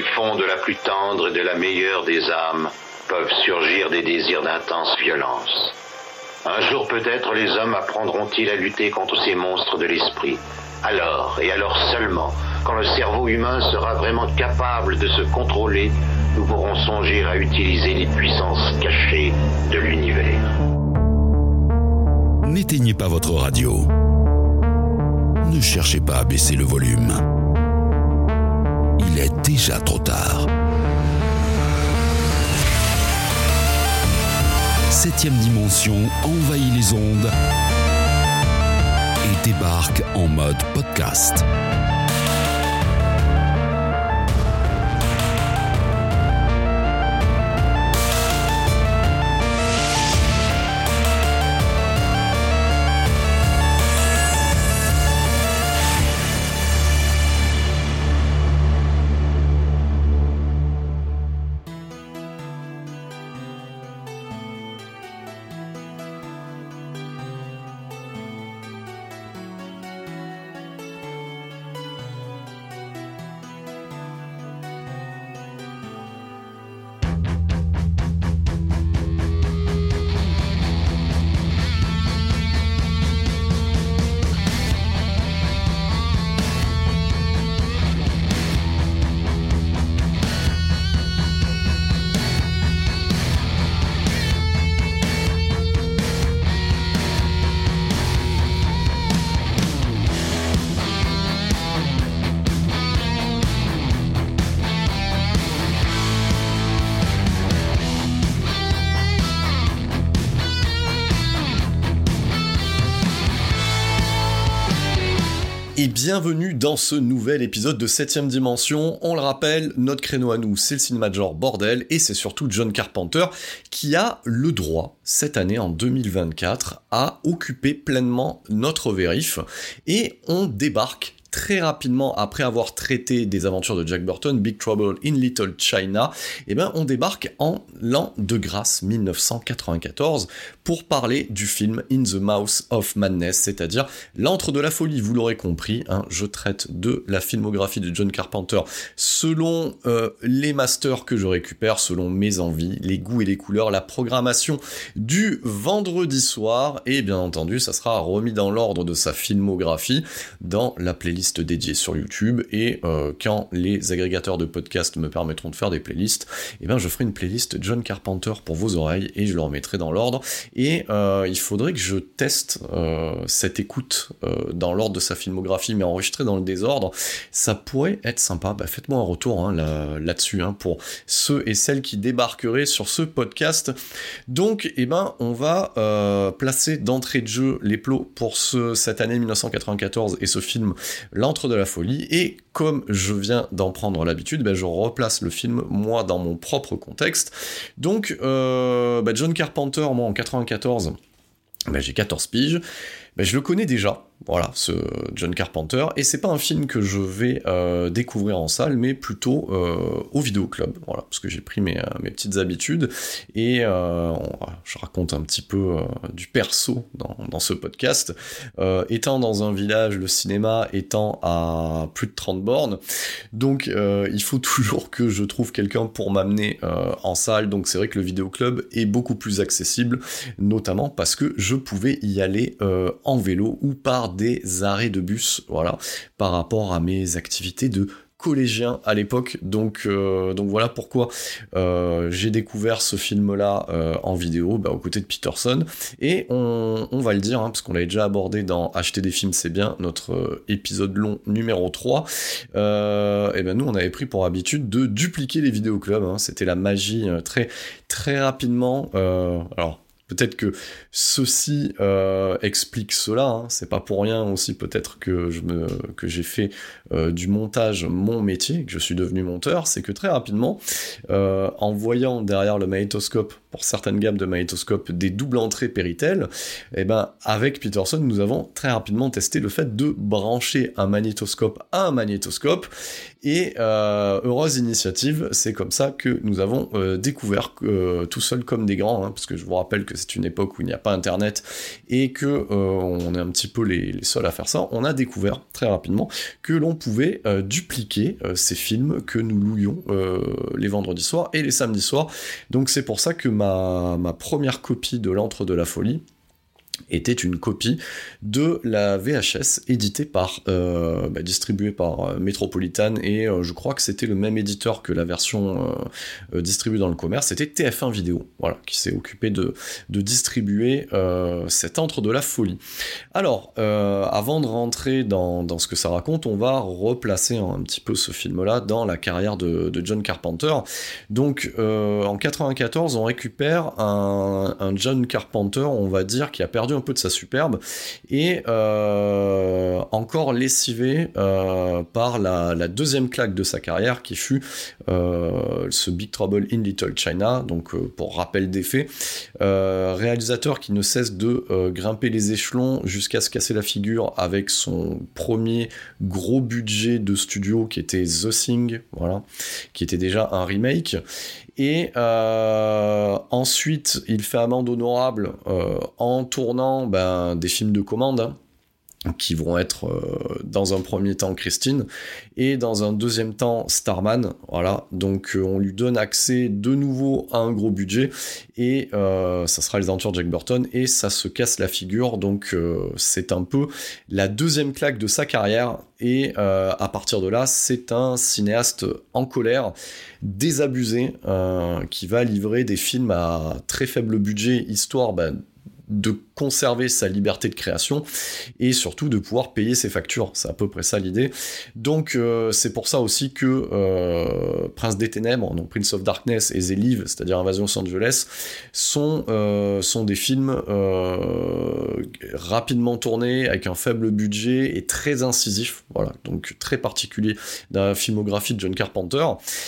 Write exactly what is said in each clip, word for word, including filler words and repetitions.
fond de la plus tendre et de la meilleure des âmes peuvent surgir des désirs d'intense violence. Un jour peut-être les hommes apprendront-ils à lutter contre ces monstres de l'esprit. Alors, et alors seulement, quand le cerveau humain sera vraiment capable de se contrôler, nous pourrons songer à utiliser les puissances cachées de l'univers. N'éteignez pas votre radio. Ne cherchez pas à baisser le volume. Il est déjà trop tard. Septième dimension envahit les ondes et débarque en mode podcast. Et bienvenue dans ce nouvel épisode de septième dimension. On le rappelle, notre créneau à nous, c'est le cinéma de genre bordel, et c'est surtout John Carpenter qui a le droit, cette année, en deux mille vingt-quatre, à occuper pleinement notre vérif, et on débarque très rapidement, après avoir traité des aventures de Jack Burton, Big Trouble in Little China, eh ben on débarque en l'an de grâce mille neuf cent quatre-vingt-quatorze pour parler du film In the Mouth of Madness, c'est-à-dire l'antre de la folie. Vous l'aurez compris, hein, je traite de la filmographie de John Carpenter selon euh, les masters que je récupère, selon mes envies, les goûts et les couleurs, la programmation du vendredi soir, et bien entendu, ça sera remis dans l'ordre de sa filmographie dans la playlist dédiée sur YouTube, et euh, quand les agrégateurs de podcasts me permettront de faire des playlists, et ben je ferai une playlist John Carpenter pour vos oreilles et je le remettrai dans l'ordre. Et euh, il faudrait que je teste euh, cette écoute euh, dans l'ordre de sa filmographie, mais enregistrée dans le désordre. Ça pourrait être sympa. Bah, faites-moi un retour hein, là, là-dessus hein, pour ceux et celles qui débarqueraient sur ce podcast. Donc, et ben on va euh, placer d'entrée de jeu les plots pour ce, cette année dix-neuf cent quatre-vingt-quatorze et ce film L'antre de la folie, et comme je viens d'en prendre l'habitude, ben je replace le film, moi, dans mon propre contexte. Donc, euh, ben John Carpenter, moi, en quatre-vingt-quatorze, ben j'ai quatorze piges, ben je le connais déjà, voilà, ce John Carpenter, et c'est pas un film que je vais euh, découvrir en salle, mais plutôt euh, au vidéoclub, voilà, parce que j'ai pris mes, euh, mes petites habitudes, et euh, on, je raconte un petit peu euh, du perso dans, dans ce podcast. Euh, étant dans un village, le cinéma étant à plus de trente bornes, donc euh, il faut toujours que je trouve quelqu'un pour m'amener euh, en salle, donc c'est vrai que le vidéoclub est beaucoup plus accessible, notamment parce que je pouvais y aller euh, en vélo ou par des arrêts de bus, voilà, par rapport à mes activités de collégien à l'époque, donc euh, donc voilà pourquoi euh, j'ai découvert ce film-là euh, en vidéo, bah, aux côtés de Peterson, et on, on va le dire, hein, parce qu'on l'avait déjà abordé dans Acheter des films c'est bien, notre euh, épisode long numéro trois, euh, et ben nous on avait pris pour habitude de dupliquer les vidéoclubs, hein, c'était la magie euh, très très rapidement, euh, alors peut-être que ceci euh, explique cela, hein. C'est pas pour rien aussi peut-être que, je me, que j'ai fait euh, du montage mon métier, que je suis devenu monteur, c'est que très rapidement, euh, en voyant derrière le magnétoscope pour certaines gammes de magnétoscopes des doubles entrées Péritel, et ben avec Peterson, nous avons très rapidement testé le fait de brancher un magnétoscope à un magnétoscope, et euh, heureuse initiative, c'est comme ça que nous avons euh, découvert euh, tout seul comme des grands, hein, parce que je vous rappelle que c'est une époque où il n'y a pas internet et que euh, on est un petit peu les, les seuls à faire ça. On a découvert très rapidement que l'on pouvait euh, dupliquer euh, ces films que nous louions euh, les vendredis soirs et les samedis soirs. Donc c'est pour ça que ma, ma première copie de l'Antre de la Folie était une copie de la V H S éditée par, euh, bah, distribuée par euh, Metropolitan, et euh, je crois que c'était le même éditeur que la version euh, euh, distribuée dans le commerce, c'était T F un Vidéo, voilà, qui s'est occupé de, de distribuer euh, cet Antre de la Folie. Alors, euh, avant de rentrer dans, dans ce que ça raconte, on va replacer un, un petit peu ce film-là dans la carrière de, de John Carpenter. Donc, euh, en quatre-vingt-quatorze, on récupère un, un John Carpenter, on va dire, qui a perdu un peu de sa superbe et euh, encore lessivé euh, par la, la deuxième claque de sa carrière qui fut euh, ce Big Trouble in Little China. Donc euh, pour rappel des faits, euh, réalisateur qui ne cesse de euh, grimper les échelons jusqu'à se casser la figure avec son premier gros budget de studio qui était The Thing, voilà, qui était déjà un remake. Et euh, ensuite, il fait amende honorable euh, en tournant ben, des films de commande, hein, qui vont être euh, dans un premier temps Christine et dans un deuxième temps Starman, voilà, donc euh, on lui donne accès de nouveau à un gros budget et euh, ça sera les aventures de Jack Burton et ça se casse la figure, donc euh, c'est un peu la deuxième claque de sa carrière et euh, à partir de là c'est un cinéaste en colère, désabusé, euh, qui va livrer des films à très faible budget histoire ben, de conserver sa liberté de création et surtout de pouvoir payer ses factures, c'est à peu près ça l'idée. Donc euh, c'est pour ça aussi que euh, Prince des Ténèbres, donc Prince of Darkness et The Live, c'est-à-dire Invasion Los Angeles, sont, euh, sont des films euh, rapidement tournés avec un faible budget et très incisifs, voilà, donc très particulier dans la filmographie de John Carpenter.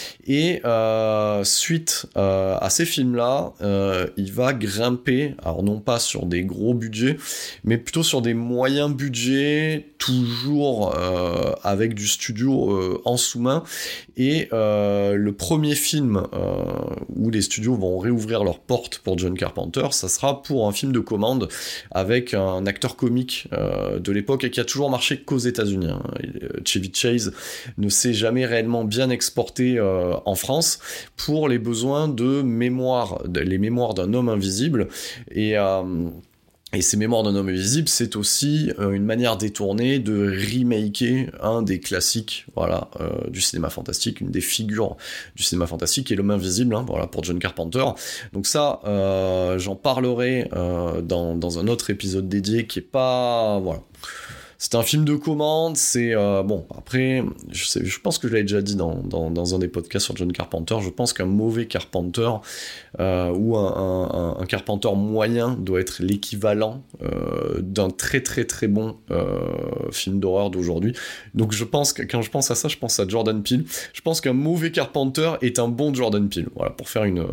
Et euh, suite euh, à ces films-là, euh, il va grimper, alors non pas sur des gros budgets, mais plutôt sur des moyens budgets, toujours euh, avec du studio euh, en sous-main. Et euh, le premier film euh, où les studios vont réouvrir leurs portes pour John Carpenter, ça sera pour un film de commande avec un acteur comique euh, de l'époque et qui a toujours marché qu'aux États-Unis. Hein. Chevy Chase ne s'est jamais réellement bien exporté euh, en France pour les besoins de mémoire, de, les mémoires d'un homme invisible. Et euh, Et ces mémoires d'un homme invisible, c'est aussi euh, une manière détournée de remaker un des classiques, voilà, euh, du cinéma fantastique, une des figures du cinéma fantastique, qui est l'homme invisible, hein, voilà, pour John Carpenter. Donc ça, euh, j'en parlerai euh, dans, dans un autre épisode dédié qui est pas, voilà. C'est un film de commande, c'est... Euh, bon, après, je, sais, je pense que je l'avais déjà dit dans, dans, dans un des podcasts sur John Carpenter, je pense qu'un mauvais Carpenter euh, ou un, un, un Carpenter moyen doit être l'équivalent euh, d'un très très très bon euh, film d'horreur d'aujourd'hui. Donc je pense que quand je pense à ça, je pense à Jordan Peele. Je pense qu'un mauvais Carpenter est un bon Jordan Peele, voilà, pour faire une...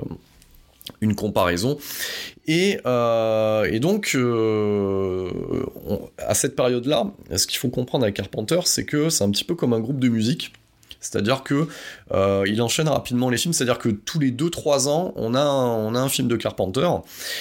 une comparaison. Et, euh, et donc, euh, on, à cette période-là, ce qu'il faut comprendre avec Carpenter, c'est que c'est un petit peu comme un groupe de musique. C'est-à-dire que euh, il enchaîne rapidement les films, c'est-à-dire que tous les deux trois ans, on a un, on a un film de Carpenter,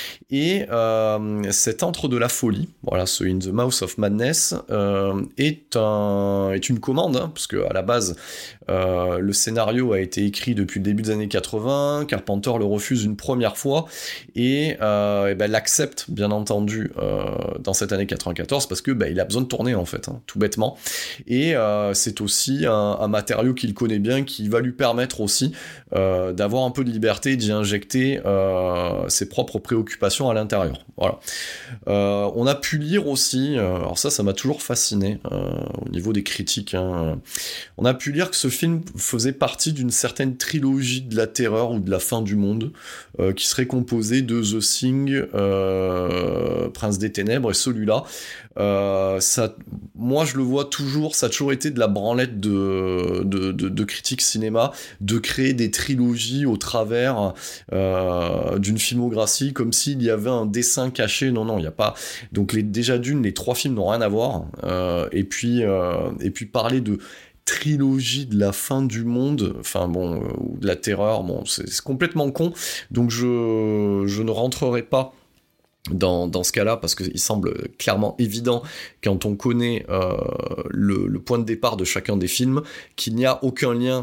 et euh, cet Antre de la Folie, voilà, ce In the Mouth of Madness, euh, est, un, est une commande, hein, parce qu'à la base, euh, le scénario a été écrit depuis le début des années quatre-vingts, Carpenter le refuse une première fois, et, euh, et ben, l'accepte, bien entendu, euh, dans cette année quatre-vingt-quatorze, parce que ben, il a besoin de tourner, en fait, hein, tout bêtement, et euh, c'est aussi un, un matériau qu'il connaît bien, qui va lui permettre aussi euh, d'avoir un peu de liberté, d'y injecter euh, ses propres préoccupations à l'intérieur. Voilà. Euh, on a pu lire aussi, euh, alors ça, ça m'a toujours fasciné euh, au niveau des critiques, hein, on a pu lire que ce film faisait partie d'une certaine trilogie de la terreur ou de la fin du monde, euh, qui serait composée de The Thing, euh, Prince des Ténèbres et celui-là. Euh, ça, moi, je le vois toujours, ça a toujours été de la branlette de, de, de, de critiques cinéma, de créer des trilogies au travers euh, d'une filmographie, comme s'il y avait un dessin caché. Non, non, il n'y a pas. Donc, les, déjà d'une, les trois films n'ont rien à voir. Euh, et puis, euh, et puis parler de trilogie de la fin du monde, enfin bon, euh, ou de la terreur, bon, c'est, c'est complètement con. Donc, je, je ne rentrerai pas Dans, dans ce cas-là, parce qu'il semble clairement évident, quand on connaît euh, le, le point de départ de chacun des films, qu'il n'y a aucun lien,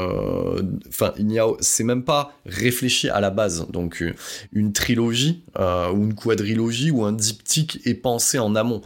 enfin, euh, il n'y a, c'est même pas réfléchi à la base. Donc, une trilogie, euh, ou une quadrilogie, ou un diptyque est pensé en amont.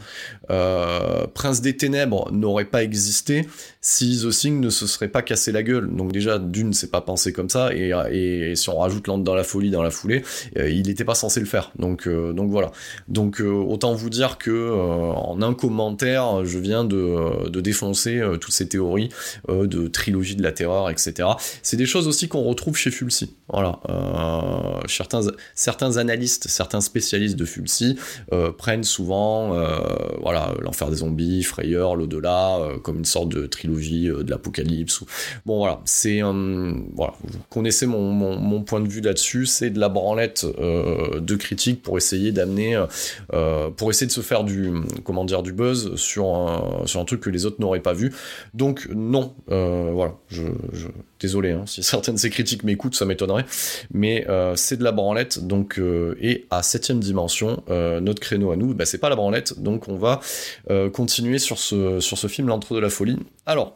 Euh, Prince des Ténèbres n'aurait pas existé si The Thing ne se serait pas cassé la gueule. Donc déjà, d'une, c'est pas pensé comme ça, et, et, et si on rajoute Land dans la folie dans la foulée, euh, il n'était pas censé le faire. Donc, euh, donc voilà. Donc euh, autant vous dire que euh, en un commentaire, je viens de, de défoncer euh, toutes ces théories euh, de trilogie de la terreur, et cetera. C'est des choses aussi qu'on retrouve chez Fulci. Voilà. Euh, certains, certains analystes, certains spécialistes de Fulci euh, prennent souvent, euh, voilà, l'enfer des zombies, Frayeur, l'au-delà, euh, comme une sorte de trilogie euh, de l'apocalypse. Ou... Bon voilà, c'est euh, voilà, vous connaissez mon, mon, mon point de vue là-dessus, c'est de la branlette euh, de critique pour essayer d'amener, euh, pour essayer de se faire du, comment dire, du buzz sur un, sur un truc que les autres n'auraient pas vu. Donc non, euh, voilà, je, je désolé, hein, si certaines de ces critiques m'écoutent, ça m'étonnerait, mais euh, c'est de la branlette. Donc euh, et à septième dimension, euh, notre créneau à nous, bah, c'est pas la branlette, donc on va euh, continuer sur ce sur ce film L'Antre de la folie. Alors.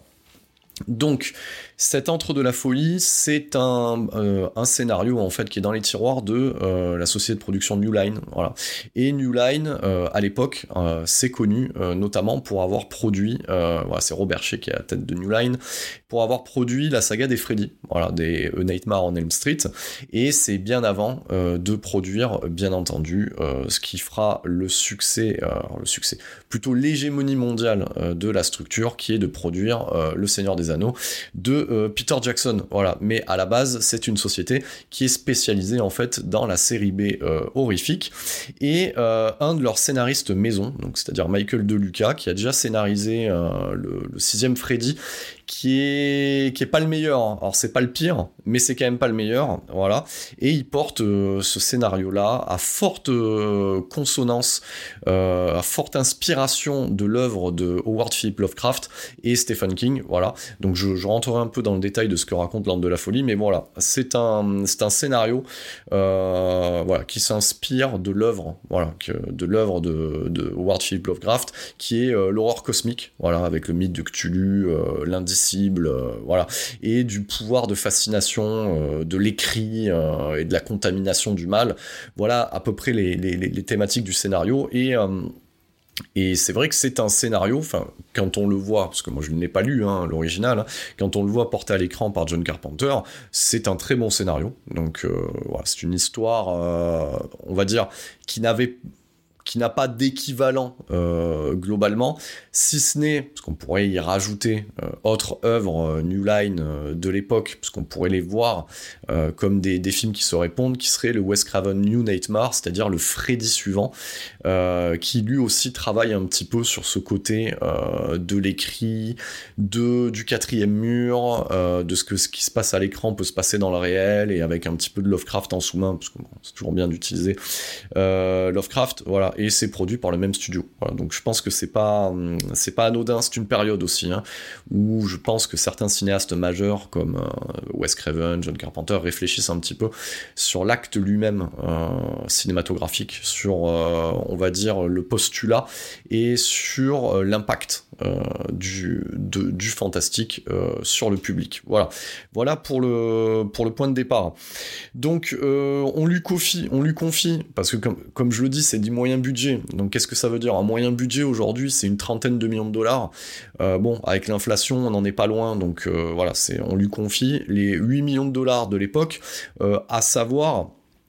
Donc, cet Antre de la folie, c'est un, euh, un scénario en fait qui est dans les tiroirs de euh, la société de production New Line, voilà. Et New Line, euh, à l'époque, euh, c'est connu euh, notamment pour avoir produit, euh, voilà, c'est Robert Shea qui est à la tête de New Line, pour avoir produit la saga des Freddy, voilà, des A Nightmare on Elm Street, et c'est bien avant euh, de produire, bien entendu, euh, ce qui fera le succès, euh, le succès, plutôt l'hégémonie mondiale euh, de la structure, qui est de produire euh, Le Seigneur des Anneaux de euh, Peter Jackson, voilà. Mais à la base, c'est une société qui est spécialisée en fait dans la série B euh, horrifique, et euh, un de leurs scénaristes maison, donc c'est-à-dire Michael De Luca, qui a déjà scénarisé euh, le, le sixième Freddy, qui est qui est pas le meilleur, hein. Alors c'est pas le pire, mais c'est quand même pas le meilleur, voilà. Et il porte euh, ce scénario-là à forte euh, consonance, euh, à forte inspiration de l'œuvre de Howard Philip Lovecraft et Stephen King, voilà. Donc je, je rentrerai un peu dans le détail de ce que raconte L'Antre de la folie, mais voilà, c'est un c'est un scénario, euh, voilà, qui s'inspire de l'œuvre, voilà, que, de l'œuvre de, de Howard Philip Lovecraft, qui est euh, l'horreur cosmique, voilà, avec le mythe de Cthulhu, euh, l'indicible, euh, voilà, et du pouvoir de fascination euh, de l'écrit euh, et de la contamination du mal. Voilà à peu près les, les, les thématiques du scénario. Et euh, Et c'est vrai que c'est un scénario, enfin, quand on le voit, parce que moi je ne l'ai pas lu, hein, l'original, hein, quand on le voit porté à l'écran par John Carpenter, c'est un très bon scénario. Donc euh, voilà, c'est une histoire, euh, on va dire, qui n'avait... qui n'a pas d'équivalent euh, globalement, si ce n'est, parce qu'on pourrait y rajouter euh, autres œuvres euh, New Line euh, de l'époque, parce qu'on pourrait les voir euh, comme des, des films qui se répondent, qui serait le Wes Craven New Nightmare, c'est-à-dire le Freddy suivant, euh, qui lui aussi travaille un petit peu sur ce côté euh, de l'écrit, de, du quatrième mur, euh, de ce que ce qui se passe à l'écran peut se passer dans le réel, et avec un petit peu de Lovecraft en sous-main, parce que bon, c'est toujours bien d'utiliser euh, Lovecraft, voilà. Et c'est produit par le même studio. Voilà, donc je pense que c'est pas, c'est pas anodin, c'est une période aussi, hein, où je pense que certains cinéastes majeurs comme euh, Wes Craven, John Carpenter réfléchissent un petit peu sur l'acte lui-même euh, cinématographique, sur, euh, on va dire, le postulat et sur euh, l'impact euh, du, de, du fantastique euh, sur le public. Voilà, voilà pour le, pour le point de départ. Donc euh, on lui confie, on lui confie, parce que comme, comme je le dis, c'est du moyen budget. Donc qu'est-ce que ça veut dire ? Un moyen budget aujourd'hui, c'est une trentaine de millions de dollars. Euh, bon, avec l'inflation, on n'en est pas loin, donc euh, voilà, c'est, on lui confie les huit millions de dollars de l'époque, euh, à savoir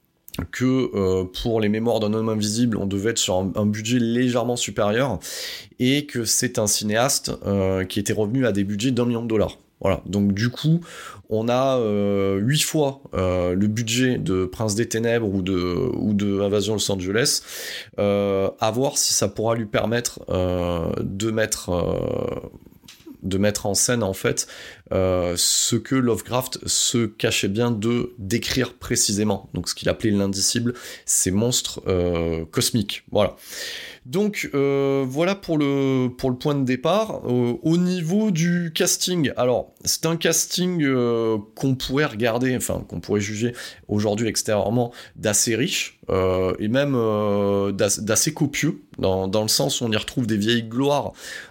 que euh, pour Les Mémoires d'un homme invisible, on devait être sur un, un budget légèrement supérieur, et que c'est un cinéaste euh, qui était revenu à des budgets d'un million de dollars. Voilà, donc du coup, on a euh, huit fois euh, le budget de Prince des Ténèbres ou de, ou de Invasion Los Angeles, euh, à voir si ça pourra lui permettre euh, de mettre... Euh, de mettre en scène en fait euh, ce que Lovecraft se cachait bien de décrire précisément, donc ce qu'il appelait l'indicible, ces monstres euh, cosmiques, voilà. Donc euh, voilà pour le, pour le point de départ. Euh, au niveau du casting, alors c'est un casting euh, qu'on pourrait regarder, enfin qu'on pourrait juger aujourd'hui extérieurement d'assez riche, euh, et même euh, d'assez copieux, dans, dans le sens où on y retrouve des vieilles gloires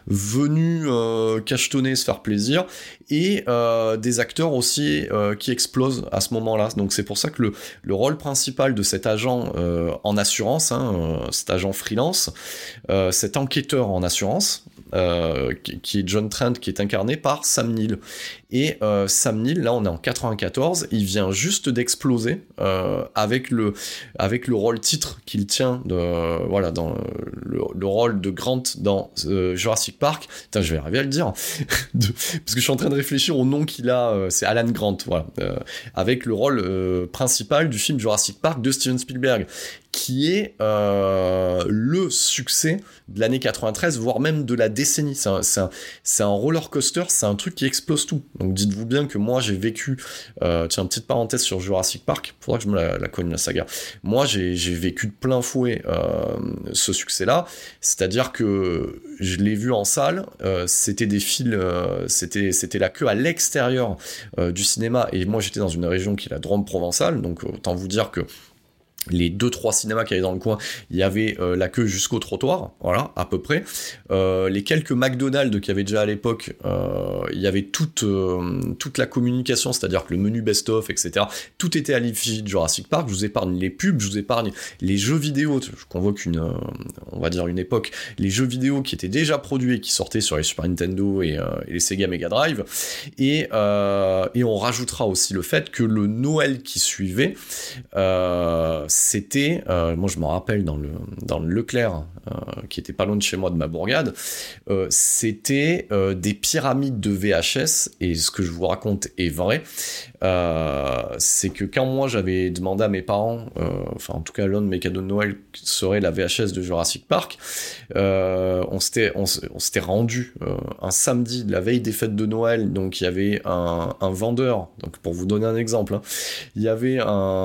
venues euh, cachetonner, se faire plaisir, et euh, des acteurs aussi euh, qui explosent à ce moment-là. Donc c'est pour ça que le, le rôle principal de cet agent euh, en assurance, hein, euh, cet agent freelance, euh, cet enquêteur en assurance, euh, qui, qui est John Trent, qui est incarné par Sam Neill. Et euh, Sam Neill, là on est en quatre-vingt-quatorze, il vient juste d'exploser euh, avec le avec le rôle titre qu'il tient de euh, voilà dans le, le rôle de Grant dans euh, Jurassic Park. Putain, je vais arriver à le dire de, parce que je suis en train de réfléchir au nom qu'il a. Euh, c'est Alan Grant, voilà, euh, avec le rôle euh, principal du film Jurassic Park de Steven Spielberg, qui est euh, le succès de l'année quatre-vingt-treize, voire même de la décennie. C'est un, c'est un, c'est un roller coaster, c'est un truc qui explose tout. Donc dites-vous bien que moi j'ai vécu, euh, tiens, petite parenthèse sur Jurassic Park, faudra que je me la, la cogne la saga. Moi j'ai, j'ai vécu de plein fouet euh, ce succès-là, c'est-à-dire que je l'ai vu en salle, euh, c'était des fils, euh, c'était, c'était la queue à l'extérieur euh, du cinéma, et moi j'étais dans une région qui est la Drôme provençale, donc autant vous dire que les deux trois cinémas qui avaient dans le coin, il y avait euh, la queue jusqu'au trottoir, voilà, à peu près. Euh, les quelques McDonald's qu'il y avait déjà à l'époque, euh, il y avait toute euh, toute la communication, c'est-à-dire que le menu best-of, et cetera. Tout était à l'effigie de Jurassic Park. Je vous épargne les pubs, je vous épargne les jeux vidéo. Je convoque une, euh, on va dire une époque, les jeux vidéo qui étaient déjà produits et qui sortaient sur les Super Nintendo et, euh, et les Sega Mega Drive. Et euh, et on rajoutera aussi le fait que le Noël qui suivait, euh, c'était, euh, moi je me rappelle dans le, dans le Leclerc, euh, qui était pas loin de chez moi de ma bourgade, euh, c'était euh, des pyramides de V H S, et ce que je vous raconte est vrai, euh, c'est que quand moi j'avais demandé à mes parents, euh, enfin en tout cas l'un de mes cadeaux de Noël serait la V H S de Jurassic Park, euh, on, s'était, on, on s'était rendu euh, un samedi de la veille des fêtes de Noël, donc il y avait un, un vendeur, donc pour vous donner un exemple, hein, il y avait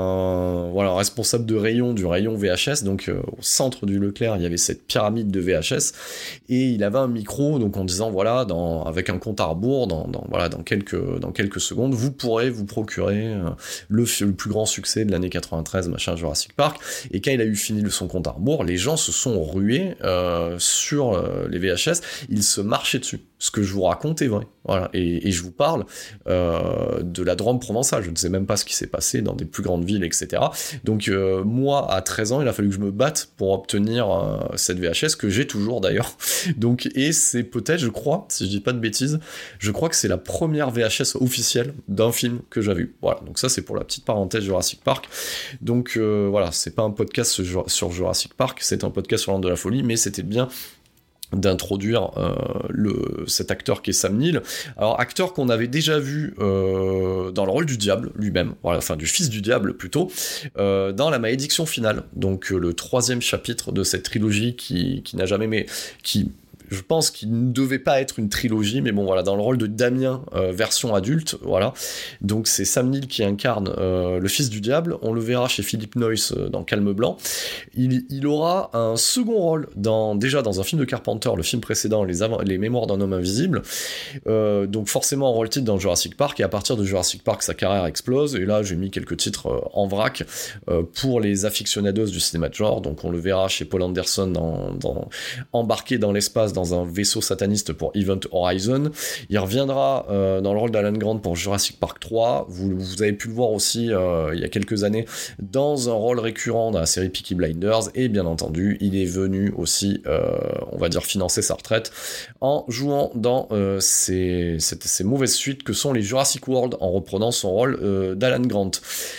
un, voilà, un responsable de rayon du rayon V H S, donc euh, au centre du Leclerc il y avait cette pyramide de V H S, et il avait un micro, donc en disant voilà, dans, avec un compte à rebours, dans, dans, voilà, dans, quelques, dans quelques secondes vous pourrez vous procurer euh, le, le plus grand succès de l'année quatre-vingt-treize, machin, Jurassic Park. Et quand il a eu fini de son compte à rebours, les gens se sont rués euh, sur euh, les V H S, ils se marchaient dessus. Ce que je vous raconte est vrai, voilà, et, et je vous parle euh, de la Drôme provençale, je ne sais même pas ce qui s'est passé dans des plus grandes villes, et cetera. Donc euh, moi, à treize ans, il a fallu que je me batte pour obtenir euh, cette V H S, que j'ai toujours d'ailleurs, donc, et c'est peut-être, je crois, si je dis pas de bêtises, je crois que c'est la première V H S officielle d'un film que j'avais eu, voilà, donc ça c'est pour la petite parenthèse Jurassic Park. Donc euh, voilà, c'est pas un podcast sur, sur Jurassic Park, c'est un podcast sur l'Anne de la folie, mais c'était bien d'introduire euh, le, cet acteur qui est Sam Neill. Alors acteur qu'on avait déjà vu euh, dans le rôle du diable lui-même, voilà, enfin du fils du diable plutôt, euh, dans La Malédiction finale, donc euh, le troisième chapitre de cette trilogie qui, qui n'a jamais mais qui je pense qu'il ne devait pas être une trilogie, mais bon voilà, dans le rôle de Damien, euh, version adulte, voilà. Donc c'est Sam Neill qui incarne euh, le fils du diable. On le verra chez Philippe Noyce euh, dans Calme Blanc. Il, il aura un second rôle dans, déjà dans un film de Carpenter, le film précédent, Les, Av- les Mémoires d'un homme invisible. Euh, donc forcément en rôle titre dans Jurassic Park, et à partir de Jurassic Park, sa carrière explose. Et là, j'ai mis quelques titres euh, en vrac euh, pour les aficionados du cinéma de genre. Donc on le verra chez Paul Anderson dans, dans Embarqué dans l'espace dans un vaisseau sataniste pour Event Horizon. Il reviendra euh, dans le rôle d'Alan Grant pour Jurassic Park trois. Vous, vous avez pu le voir aussi euh, il y a quelques années dans un rôle récurrent dans la série Peaky Blinders, et bien entendu il est venu aussi euh, on va dire financer sa retraite en jouant dans euh, ces, ces, ces mauvaises suites que sont les Jurassic World, en reprenant son rôle euh, d'Alan Grant.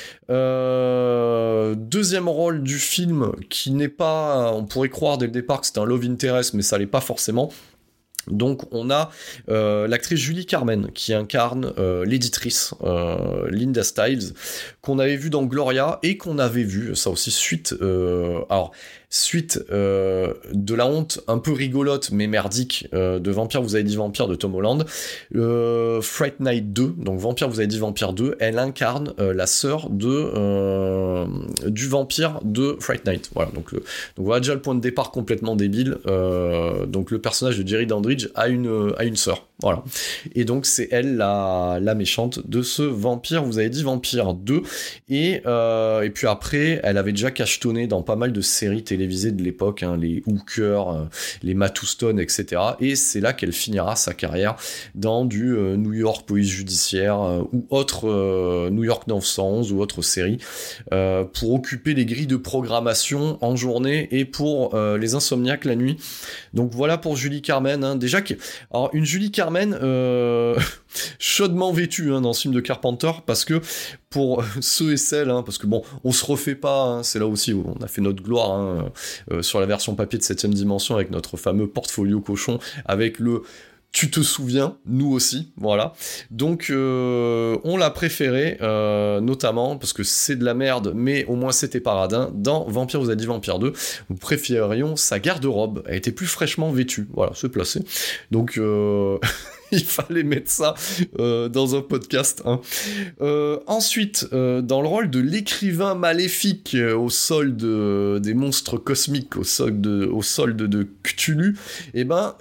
Euh, deuxième rôle du film qui n'est pas, on pourrait croire dès le départ que c'est un love interest, mais ça l'est pas forcément. Donc on a euh, l'actrice Julie Carmen qui incarne euh, l'éditrice euh, Linda Stiles, qu'on avait vu dans Gloria et qu'on avait vu, ça aussi suite, euh, alors suite euh, de la honte un peu rigolote mais merdique euh, de Vampire vous avez dit Vampire de Tom Holland, euh, Fright Night deux, donc Vampire vous avez dit Vampire deux, elle incarne euh, la sœur de euh, du vampire de Fright Night. Voilà, donc, le, donc voilà déjà le point de départ complètement débile. Euh, donc le personnage de Jerry Dandridge a une a une sœur. Voilà. Et donc c'est elle la, la méchante de ce Vampire, vous avez dit Vampire deux, et, euh, et puis après, elle avait déjà cachetonné dans pas mal de séries télévisées de l'époque, hein, les Hooker, euh, les Mattouston, et cetera. Et c'est là qu'elle finira sa carrière dans du euh, New York Police Judiciaire, euh, ou autre euh, New York neuf cent onze, ou autre série, euh, pour occuper les grilles de programmation en journée, et pour euh, les insomniaques la nuit. Donc voilà pour Julie Carmen, hein. Déjà, que... alors une Julie Carmen Euh, chaudement vêtue hein, dans ce film de Carpenter, parce que pour ceux et celles, hein, parce que bon, on se refait pas, hein, c'est là aussi où on a fait notre gloire hein, euh, sur la version papier de septième dimension avec notre fameux portfolio cochon, avec le tu te souviens, nous aussi, voilà. Donc euh, on l'a préféré, euh, notamment parce que c'est de la merde, mais au moins c'était paradin. Dans Vampire vous a dit Vampire deux, nous préférions sa garde-robe, elle était plus fraîchement vêtue, voilà, se placer. Donc euh... il fallait mettre ça euh, dans un podcast. Hein. Euh, ensuite, euh, dans le rôle de l'écrivain maléfique euh, au solde euh, des monstres cosmiques, au solde de, au solde de Cthulhu, eh ben,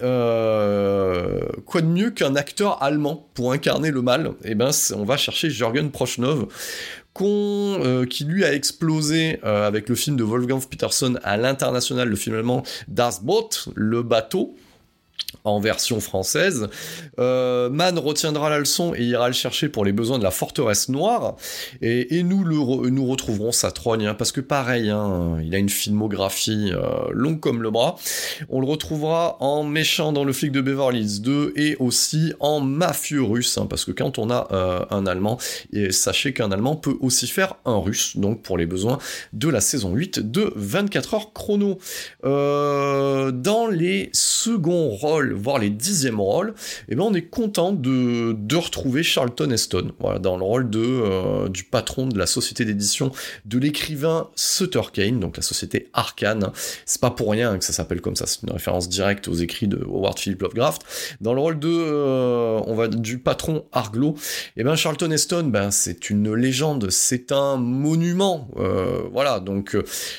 euh, quoi de mieux qu'un acteur allemand pour incarner le mal ? Eh ben, on va chercher Jürgen Prochnow, Qu'on, euh, qui lui a explosé euh, avec le film de Wolfgang Petersen à l'international, le film allemand Das Boot, le bateau, en version française. Euh, Mann retiendra la leçon et ira le chercher pour les besoins de la forteresse noire, et, et nous, le re, nous retrouverons sa trogne, hein, parce que pareil, hein, il a une filmographie euh, longue comme le bras. On le retrouvera en méchant dans Le flic de Beverly Hills deux, et aussi en mafieux russe, hein, parce que quand on a euh, un Allemand, et sachez qu'un Allemand peut aussi faire un Russe, donc pour les besoins de la saison huit de vingt-quatre heures chrono. Euh, dans les seconds rôles, voire les dixièmes rôles, et eh ben on est content de, de retrouver Charlton Heston, voilà, dans le rôle de, euh, du patron de la société d'édition de l'écrivain Sutter Kane, donc la société Arcane. C'est pas pour rien que ça s'appelle comme ça, c'est une référence directe aux écrits de Howard Philip Lovecraft. Dans le rôle de, euh, on va du patron Arglo, et eh ben Charlton Heston, ben c'est une légende, c'est un monument, euh, voilà. Donc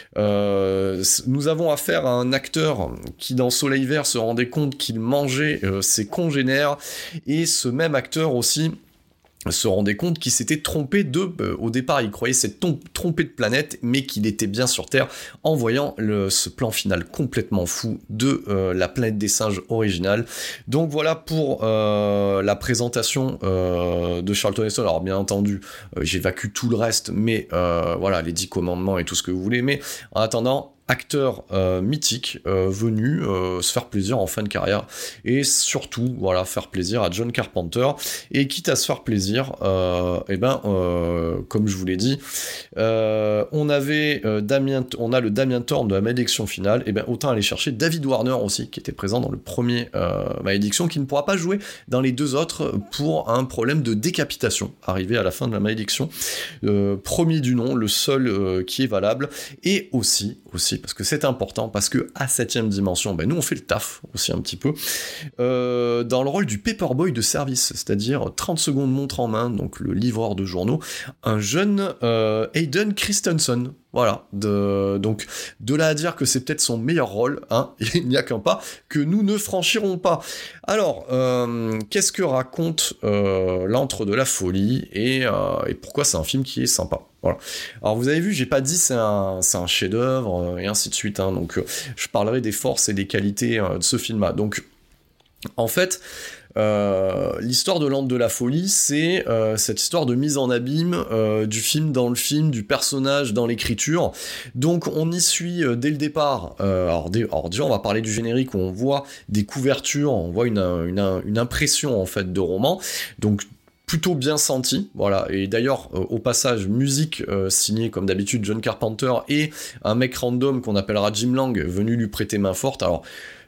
euh, nous avons affaire à un acteur qui dans Soleil Vert se rendait compte qu'il mangeait euh, ses congénères, et ce même acteur aussi se rendait compte qu'il s'était trompé de... Euh, au départ, il croyait s'être tom- trompé de planète, mais qu'il était bien sur Terre, en voyant le, ce plan final complètement fou de euh, la planète des singes originale. Donc voilà pour euh, la présentation euh, de Charlton Heston. Alors bien entendu, euh, j'évacue tout le reste, mais euh, voilà, les dix commandements et tout ce que vous voulez, mais en attendant... acteur euh, mythique euh, venu euh, se faire plaisir en fin de carrière, et surtout voilà faire plaisir à John Carpenter, et quitte à se faire plaisir, euh, et ben euh, comme je vous l'ai dit, euh, on avait euh, Damien, on a le Damien Thorne de la Malédiction finale, et ben autant aller chercher David Warner aussi, qui était présent dans le premier euh, Malédiction, qui ne pourra pas jouer dans les deux autres pour un problème de décapitation arrivé à la fin de la Malédiction, euh, premier du nom, le seul euh, qui est valable, et aussi aussi parce que c'est important, parce que à septième dimension, ben nous on fait le taf aussi un petit peu, euh, dans le rôle du paperboy de service, c'est-à-dire trente secondes montre en main, donc le livreur de journaux, un jeune euh, Hayden Christensen. Voilà, de, donc de là à dire que c'est peut-être son meilleur rôle, hein, il n'y a qu'un pas que nous ne franchirons pas. Alors, euh, qu'est-ce que raconte euh, l'antre de la folie, et, euh, et pourquoi c'est un film qui est sympa. Voilà. Alors vous avez vu, j'ai pas dit c'est un, c'est un chef-d'œuvre, euh, et ainsi de suite, hein, donc euh, je parlerai des forces et des qualités euh, de ce film-là. Donc, en fait... Euh, l'histoire de l'antre de la folie, c'est euh, cette histoire de mise en abîme euh, du film dans le film, du personnage dans l'écriture. Donc on y suit euh, dès le départ. Euh, alors, dès, alors déjà on va parler du générique où on voit des couvertures, on voit une, une, une impression en fait de roman. Donc plutôt bien senti, voilà, et d'ailleurs euh, au passage musique euh, signée comme d'habitude John Carpenter, et un mec random qu'on appellera Jim Lang venu lui prêter main forte. Alors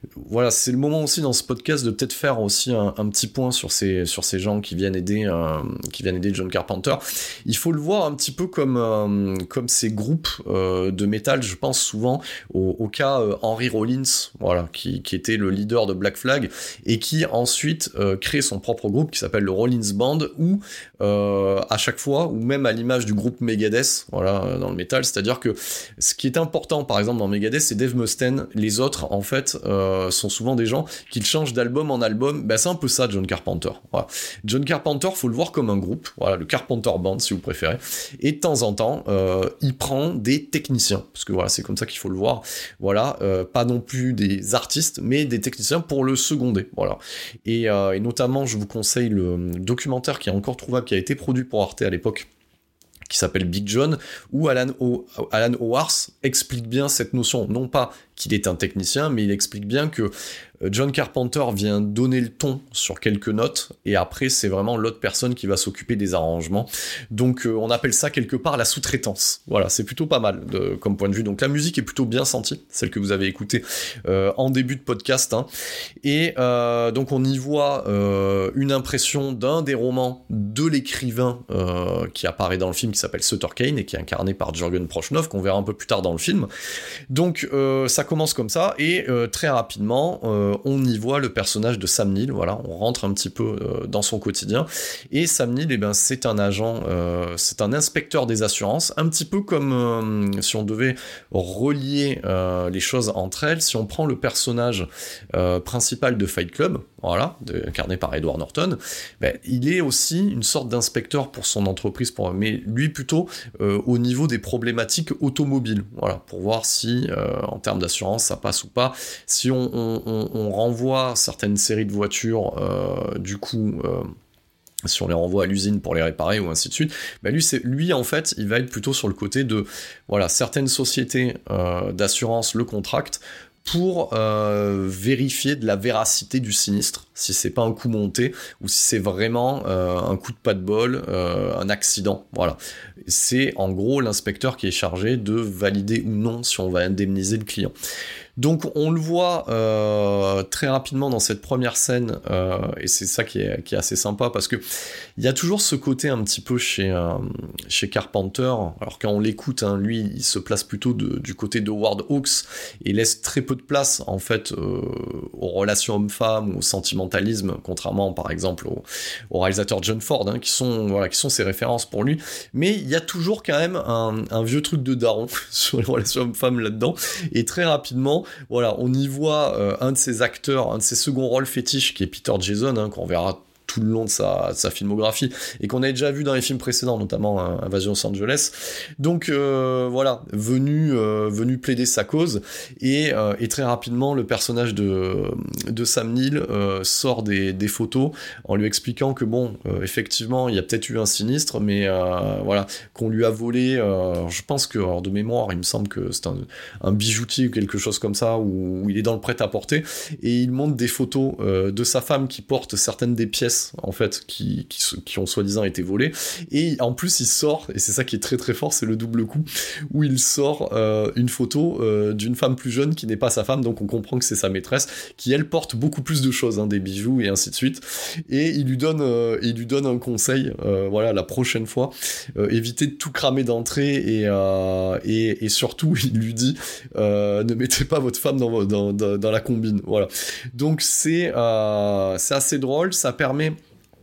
voilà, c'est le moment aussi dans ce podcast de peut-être faire aussi un, un petit point sur ces, sur ces gens qui viennent aider, euh, qui viennent aider John Carpenter. Il faut le voir un petit peu comme, euh, comme ces groupes euh, de métal, je pense souvent au, au cas euh, Henry Rollins, voilà, qui, qui était le leader de Black Flag, et qui ensuite euh, crée son propre groupe qui s'appelle le Rollins Band, où euh, à chaque fois, ou même à l'image du groupe Megadeth, voilà, dans le métal, c'est-à-dire que ce qui est important, par exemple, dans Megadeth, c'est Dave Mustaine. Les autres, en fait, euh, sont souvent des gens qui changent d'album en album. Ben, c'est un peu ça, John Carpenter. Voilà. John Carpenter, faut le voir comme un groupe, voilà, le Carpenter Band, si vous préférez. Et de temps en temps, euh, il prend des techniciens, parce que voilà, c'est comme ça qu'il faut le voir. Voilà, euh, pas non plus des artistes, mais des techniciens pour le seconder. Voilà. Et, euh, et notamment, je vous conseille le, le documentaire qui est encore trouvable, qui a été produit pour Arte à l'époque, qui s'appelle Big John, où Alan, o- Alan Howarth explique bien cette notion, non pas qu'il est un technicien, mais il explique bien que John Carpenter vient donner le ton sur quelques notes, et après c'est vraiment l'autre personne qui va s'occuper des arrangements. Donc euh, on appelle ça quelque part la sous-traitance. Voilà, c'est plutôt pas mal de, comme point de vue. Donc la musique est plutôt bien sentie, celle que vous avez écoutée euh, en début de podcast. Hein. Et euh, donc on y voit euh, une impression d'un des romans de l'écrivain euh, qui apparaît dans le film, qui s'appelle Sutter Kane, et qui est incarné par Jürgen Prochnow, qu'on verra un peu plus tard dans le film. Donc euh, ça commence comme ça, et euh, très rapidement, euh, on y voit le personnage de Sam Neill, voilà, on rentre un petit peu euh, dans son quotidien, et Sam Neill, eh ben, c'est un agent, euh, c'est un inspecteur des assurances, un petit peu comme euh, si on devait relier euh, les choses entre elles, si on prend le personnage euh, principal de Fight Club, voilà, de, incarné par Edward Norton, ben, il est aussi une sorte d'inspecteur pour son entreprise, pour, mais lui plutôt euh, au niveau des problématiques automobiles, voilà, pour voir si euh, en termes d'assurance ça passe ou pas, si on, on, on, on renvoie certaines séries de voitures, euh, du coup... Euh, si on les renvoie à l'usine pour les réparer ou ainsi de suite, bah lui, c'est, lui en fait, il va être plutôt sur le côté de, voilà, certaines sociétés euh, d'assurance le contractent pour euh, vérifier de la véracité du sinistre, si c'est pas un coup monté, ou si c'est vraiment euh, un coup de pas de bol, euh, un accident, voilà. C'est en gros l'inspecteur qui est chargé de valider ou non si on va indemniser le client. Donc on le voit euh, très rapidement dans cette première scène, euh, et c'est ça qui est, qui est assez sympa, parce que il y a toujours ce côté un petit peu chez, euh, chez Carpenter, alors quand on l'écoute, hein, lui il se place plutôt de, du côté de Howard Hawks, et laisse très peu de place en fait euh, aux relations hommes-femmes, au sentimentalisme, contrairement par exemple au, au réalisateur John Ford, hein, qui sont, voilà, qui sont ses références pour lui, mais il y a toujours quand même un, un vieux truc de daron sur les relations hommes-femmes là-dedans, et très rapidement, voilà, on y voit euh, un de ses acteurs, un de ses seconds rôles fétiches, qui est Peter Jason, hein, qu'on verra tout le long de sa, de sa filmographie, et qu'on a déjà vu dans les films précédents, notamment hein, Invasion Los Angeles. Donc euh, voilà, venu, euh, venu plaider sa cause, et, euh, et très rapidement, le personnage de, de Sam Neill euh, sort des, des photos en lui expliquant que bon, euh, effectivement, il y a peut-être eu un sinistre, mais euh, voilà, qu'on lui a volé, euh, je pense que, alors de mémoire, il me semble que c'est un, un bijoutier ou quelque chose comme ça, où, où il est dans le prêt-à-porter, et il montre des photos euh, de sa femme qui porte certaines des pièces en fait qui, qui, qui ont soi-disant été volés, et en plus il sort, et c'est ça qui est très très fort, c'est le double coup où il sort euh, une photo euh, d'une femme plus jeune qui n'est pas sa femme, donc on comprend que c'est sa maîtresse, qui elle porte beaucoup plus de choses, hein, des bijoux et ainsi de suite, et il lui donne, euh, il lui donne un conseil, euh, voilà, la prochaine fois, euh, évitez de tout cramer d'entrée, et, euh, et, et surtout il lui dit euh, ne mettez pas votre femme dans, dans, dans, dans la combine, voilà. Donc c'est, euh, c'est assez drôle, ça permet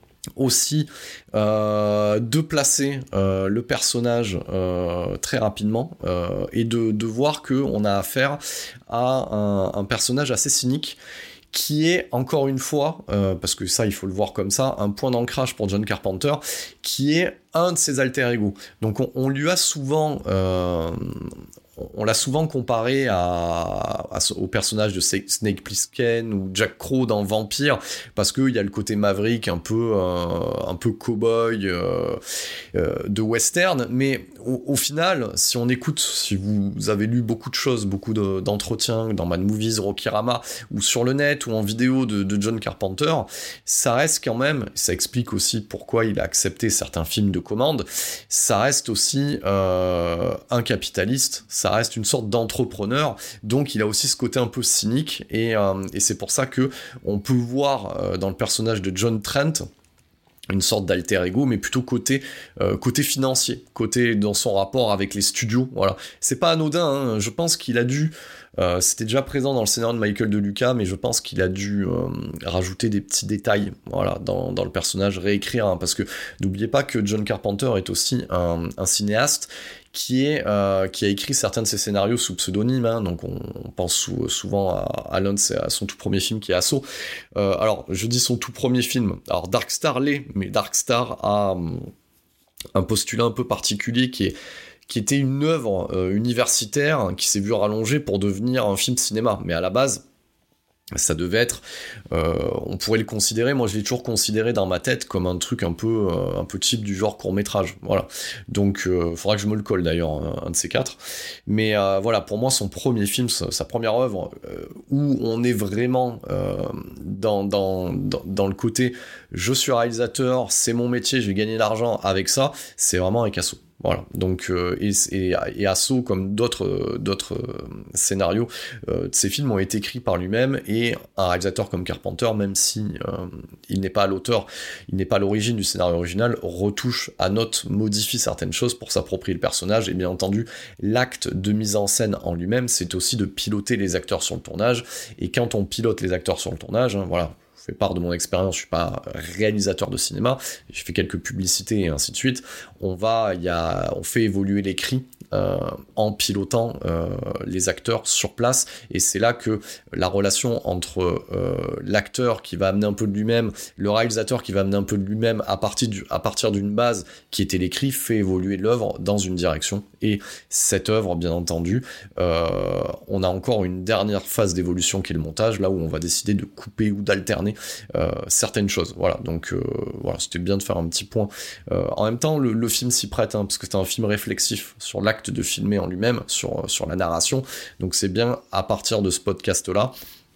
aussi euh, de placer euh, le personnage euh, très rapidement euh, et de, de voir qu'on a affaire à un, un personnage assez cynique qui est, encore une fois, euh, parce que ça il faut le voir comme ça, un point d'ancrage pour John Carpenter, qui est un de ses alter ego. Donc on, on lui a souvent... Euh, on l'a souvent comparé à, à, au personnage de Snake Plissken ou Jack Crow dans Vampire, parce qu'il y a le côté maverick, un peu, euh, un peu cow-boy euh, euh, de western, mais au, au final, si on écoute, si vous avez lu beaucoup de choses, beaucoup de, d'entretiens dans Mad Movies, Rokirama, ou sur le net, ou en vidéo de, de John Carpenter, ça reste quand même, ça explique aussi pourquoi il a accepté certains films de commande, ça reste aussi euh, un capitaliste, ça reste une sorte d'entrepreneur, donc il a aussi ce côté un peu cynique, et, euh, et c'est pour ça que on peut voir euh, dans le personnage de John Trent une sorte d'alter ego, mais plutôt côté euh, côté financier, côté dans son rapport avec les studios, voilà. C'est pas anodin, hein. Je pense qu'il a dû, euh, c'était déjà présent dans le scénario de Michael De Luca, mais je pense qu'il a dû euh, rajouter des petits détails, voilà, dans, dans le personnage, réécrire, hein, parce que n'oubliez pas que John Carpenter est aussi un, un cinéaste qui est euh, qui a écrit certains de ses scénarios sous pseudonyme, hein, donc on, on pense sou, souvent à, à l'un de ses, à son tout premier film qui est Assaut. Euh, alors je dis son tout premier film, alors Dark Star l'est, mais Dark Star a um, un postulat un peu particulier qui est qui était une œuvre euh, universitaire qui s'est vue rallongée pour devenir un film de cinéma, mais à la base ça devait être, euh, on pourrait le considérer, moi je l'ai toujours considéré dans ma tête comme un truc un peu, euh, un peu type du genre court-métrage, voilà. Donc, euh, faudra que je me le colle d'ailleurs, un, un de ces quatre. Mais euh, voilà, pour moi, son premier film, sa, sa première œuvre, euh, où on est vraiment euh, dans, dans, dans, dans le côté, je suis réalisateur, c'est mon métier, je vais gagner de l'argent avec ça, c'est vraiment avec Assaut. Voilà, donc euh, et, et, et Assaut, comme d'autres euh, d'autres euh, scénarios euh, de ces films, ont été écrits par lui-même, et un réalisateur comme Carpenter, même si euh, il n'est pas l'auteur, il n'est pas à l'origine du scénario original, retouche à note, modifie certaines choses pour s'approprier le personnage, et bien entendu l'acte de mise en scène en lui-même, c'est aussi de piloter les acteurs sur le tournage, et quand on pilote les acteurs sur le tournage, hein, voilà, je fais part de mon expérience, je suis pas réalisateur de cinéma, j'ai fait quelques publicités et ainsi de suite. On va, il y a, on fait évoluer l'écrit euh, en pilotant euh, les acteurs sur place, et c'est là que la relation entre euh, l'acteur qui va amener un peu de lui-même, le réalisateur qui va amener un peu de lui-même à partir du, à partir d'une base qui était l'écrit, fait évoluer l'œuvre dans une direction. Et cette œuvre, bien entendu, euh, on a encore une dernière phase d'évolution qui est le montage, là où on va décider de couper ou d'alterner Euh, certaines choses, voilà, donc euh, voilà, c'était bien de faire un petit point. Euh, en même temps, le, le film s'y prête, hein, parce que c'est un film réflexif sur l'acte de filmer en lui-même, sur, sur la narration, donc c'est bien, à partir de ce podcast-là,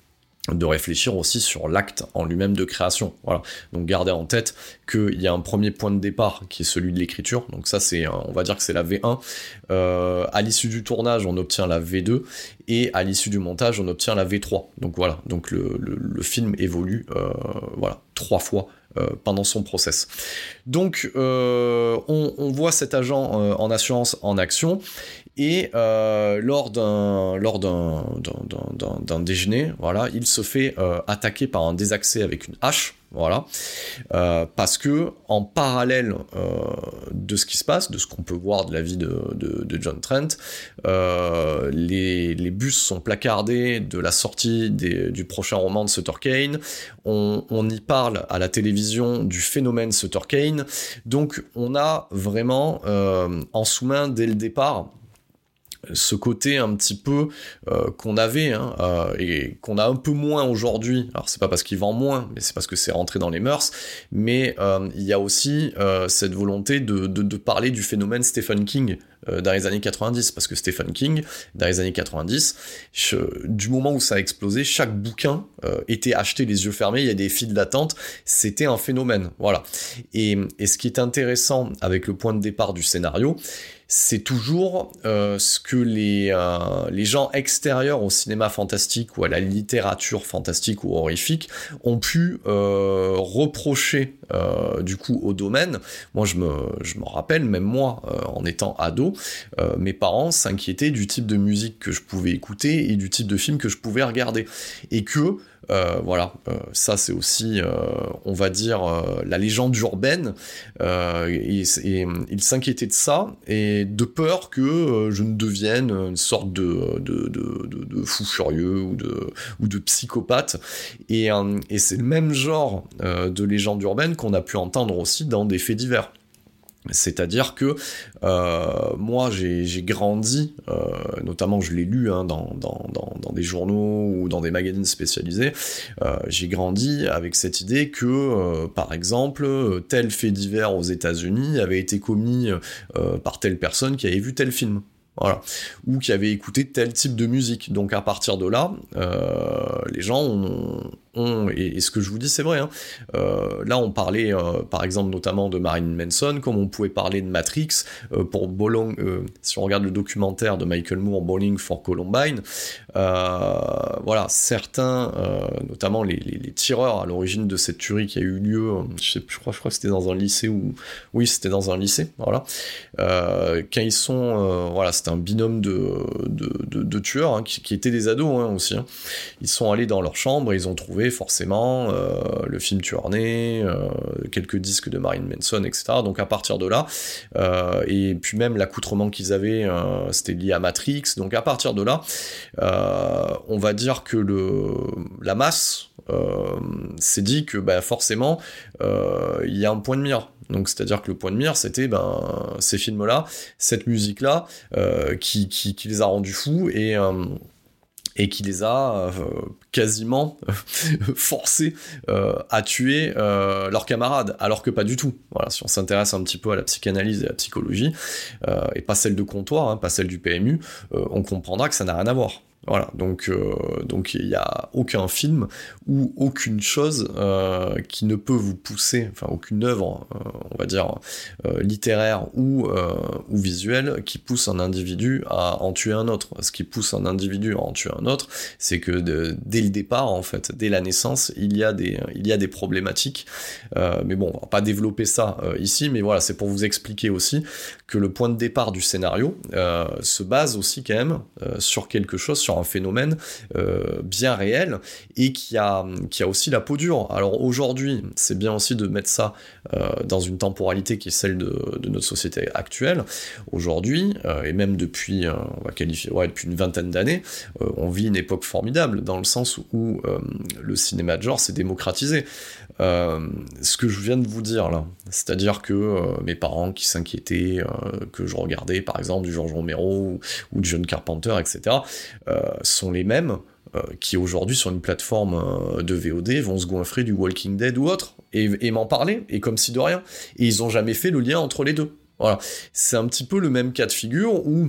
de réfléchir aussi sur l'acte en lui-même de création, voilà. Donc gardez en tête qu'il y a un premier point de départ qui est celui de l'écriture, donc ça c'est, on va dire que c'est la V un, euh, à l'issue du tournage on obtient la V deux, et à l'issue du montage on obtient la V trois, donc voilà, donc le, le, le film évolue, euh, voilà, trois fois Euh, pendant son process. Donc euh, on, on voit cet agent euh, en assurance en action, et euh, lors d'un lors d'un, d'un, d'un, d'un déjeuner, voilà, il se fait euh, attaquer par un désaxé avec une hache, voilà, euh, parce que en parallèle euh, de ce qui se passe, de ce qu'on peut voir de la vie de, de, de John Trent, euh, les, les bus sont placardés de la sortie des, du prochain roman de Sutter Kane, on, on y parle à la télévision du phénomène Sutter Kane, donc on a vraiment euh, en sous-main dès le départ ce côté un petit peu euh, qu'on avait, hein, euh, et qu'on a un peu moins aujourd'hui. Alors c'est pas parce qu'il vend moins, mais c'est parce que c'est rentré dans les mœurs, mais euh, il y a aussi euh, cette volonté de, de, de parler du phénomène Stephen King euh, dans les années quatre-vingt-dix, parce que Stephen King, dans les années quatre-vingt-dix, je, du moment où ça a explosé, chaque bouquin euh, était acheté les yeux fermés, il y a des files d'attente, c'était un phénomène, voilà. Et, et ce qui est intéressant avec le point de départ du scénario, c'est toujours euh, ce que les, euh, les gens extérieurs au cinéma fantastique ou à la littérature fantastique ou horrifique ont pu euh, reprocher euh, du coup au domaine. Moi je me, je me rappelle, même moi euh, en étant ado, euh, mes parents s'inquiétaient du type de musique que je pouvais écouter et du type de film que je pouvais regarder, et que Euh, voilà, euh, ça c'est aussi, euh, on va dire, euh, la légende urbaine, euh, et, et il s'inquiétait de ça, et de peur que euh, je ne devienne une sorte de, de, de, de, de fou furieux, ou de, ou de psychopathe, et, euh, et c'est le même genre euh, de légende urbaine qu'on a pu entendre aussi dans des faits divers. C'est-à-dire que euh, moi j'ai, j'ai grandi, euh, notamment je l'ai lu hein, dans, dans, dans, dans des journaux ou dans des magazines spécialisés, euh, j'ai grandi avec cette idée que, euh, par exemple, tel fait divers aux États-Unis avait été commis euh, par telle personne qui avait vu tel film. Voilà, ou qui avait écouté tel type de musique. Donc à partir de là, euh, les gens ont, ont et, et ce que je vous dis c'est vrai, hein, euh, là on parlait euh, par exemple notamment de Marilyn Manson, comme on pouvait parler de Matrix, euh, pour Bowling, euh, si on regarde le documentaire de Michael Moore, Bowling for Columbine, euh, voilà, certains, euh, notamment les, les, les tireurs à l'origine de cette tuerie qui a eu lieu, je, sais, je, crois, je crois que c'était dans un lycée, ou oui c'était dans un lycée, voilà, euh, quand ils sont, euh, voilà, c'était un binôme de, de, de, de tueurs hein, qui, qui étaient des ados hein, aussi. Hein. Ils sont allés dans leur chambre et ils ont trouvé forcément euh, le film Tueur Né, euh, quelques disques de Marilyn Manson, et cetera. Donc à partir de là, euh, et puis même l'accoutrement qu'ils avaient, euh, c'était lié à Matrix. Donc à partir de là, euh, on va dire que le, la masse euh, s'est dit que bah, forcément, euh, il y a un point de mire. Donc c'est-à-dire que le point de mire, c'était ben, ces films-là, cette musique-là, euh, qui, qui, qui les a rendus fous et, euh, et qui les a euh, quasiment forcés euh, à tuer euh, leurs camarades, alors que pas du tout. Voilà, si on s'intéresse un petit peu à la psychanalyse et à la psychologie, euh, et pas celle de comptoir, hein, pas celle du P M U, euh, on comprendra que ça n'a rien à voir. Voilà, donc euh, donc il y a aucun film ou aucune chose euh, qui ne peut vous pousser, enfin aucune œuvre, euh, on va dire euh, littéraire ou euh, ou visuelle qui pousse un individu à en tuer un autre. Ce qui pousse un individu à en tuer un autre, c'est que de, dès le départ, en fait, dès la naissance, il y a des il y a des problématiques. Euh, mais bon, on va pas développer ça euh, ici, mais voilà, c'est pour vous expliquer aussi que le point de départ du scénario euh, se base aussi quand même euh, sur quelque chose, sur un phénomène euh, bien réel et qui a, qui a aussi la peau dure. Alors aujourd'hui, c'est bien aussi de mettre ça euh, dans une temporalité qui est celle de, de notre société actuelle. Aujourd'hui, euh, et même depuis, euh, on va qualifier, ouais, depuis une vingtaine d'années, euh, on vit une époque formidable dans le sens où euh, le cinéma de genre s'est démocratisé. Euh, ce que je viens de vous dire là, c'est-à-dire que euh, mes parents qui s'inquiétaient euh, que je regardais par exemple du Georges Romero ou, ou du John Carpenter, et cetera, euh, sont les mêmes euh, qui aujourd'hui sur une plateforme euh, de V O D vont se goinfrer du Walking Dead ou autre et, et m'en parler, et comme si de rien, et ils ont jamais fait le lien entre les deux. Voilà, c'est un petit peu le même cas de figure où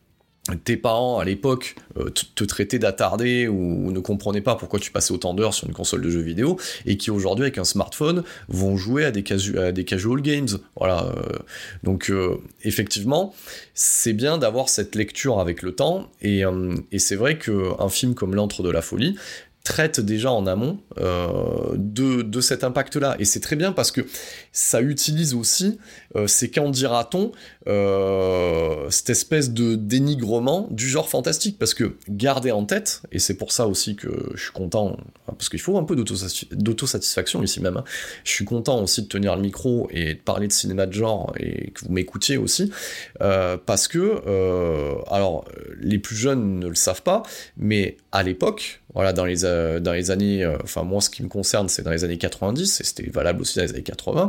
tes parents à l'époque euh, te, te traitaient d'attardé ou, ou ne comprenaient pas pourquoi tu passais autant d'heures sur une console de jeux vidéo, et qui aujourd'hui avec un smartphone vont jouer à des, casu- à des casual games. Voilà. Euh, donc euh, effectivement, c'est bien d'avoir cette lecture avec le temps, et, euh, et c'est vrai qu'un film comme L'Antre de la Folie traite déjà en amont euh, de, de cet impact-là. Et c'est très bien parce que ça utilise aussi, euh, c'est qu'en dira-t-on, euh, cette espèce de dénigrement du genre fantastique. Parce que gardez en tête, et c'est pour ça aussi que je suis content, parce qu'il faut un peu d'autosatisfaction ici même, hein, je suis content aussi de tenir le micro et de parler de cinéma de genre et que vous m'écoutiez aussi, euh, parce que, euh, alors, les plus jeunes ne le savent pas, mais à l'époque, voilà, dans les, euh, dans les années, euh, enfin moi ce qui me concerne c'est dans les années quatre-vingt-dix, et c'était valable aussi dans les années quatre-vingts,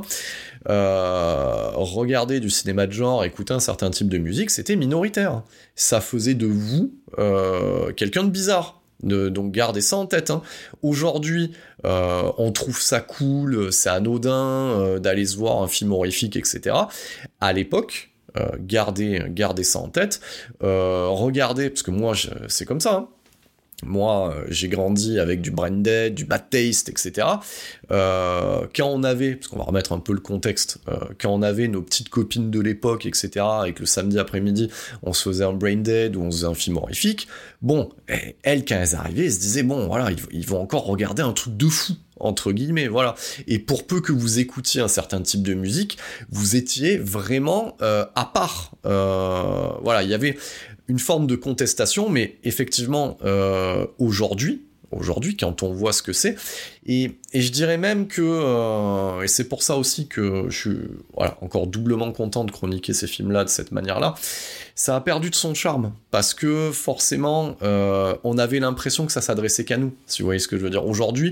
euh, regarder du cinéma de genre, écouter un certain type de musique, c'était minoritaire. Ça faisait de vous euh, quelqu'un de bizarre. De, donc gardez ça en tête. Hein. Aujourd'hui, euh, on trouve ça cool, c'est anodin euh, d'aller se voir un film horrifique, et cetera. À l'époque, euh, gardez, gardez ça en tête. Euh, regardez, parce que moi je, c'est comme ça, hein. Moi, euh, j'ai grandi avec du Brain Dead, du Bad Taste, et cetera. Euh, quand on avait, parce qu'on va remettre un peu le contexte, euh, quand on avait nos petites copines de l'époque, et cetera, et que le samedi après-midi, on se faisait un Brain Dead ou on se faisait un film horrifique, bon, elles, quand elles arrivaient, elles se disaient, bon, voilà, ils, ils vont encore regarder un truc de fou, entre guillemets, voilà. Et pour peu que vous écoutiez un certain type de musique, vous étiez vraiment euh, à part. Euh, voilà, il y avait une forme de contestation, mais effectivement, euh, aujourd'hui, aujourd'hui, quand on voit ce que c'est, et, Et je dirais même que, euh, et c'est pour ça aussi que je suis voilà, encore doublement content de chroniquer ces films-là de cette manière-là, ça a perdu de son charme, parce que forcément, euh, on avait l'impression que ça s'adressait qu'à nous, si vous voyez ce que je veux dire. Aujourd'hui,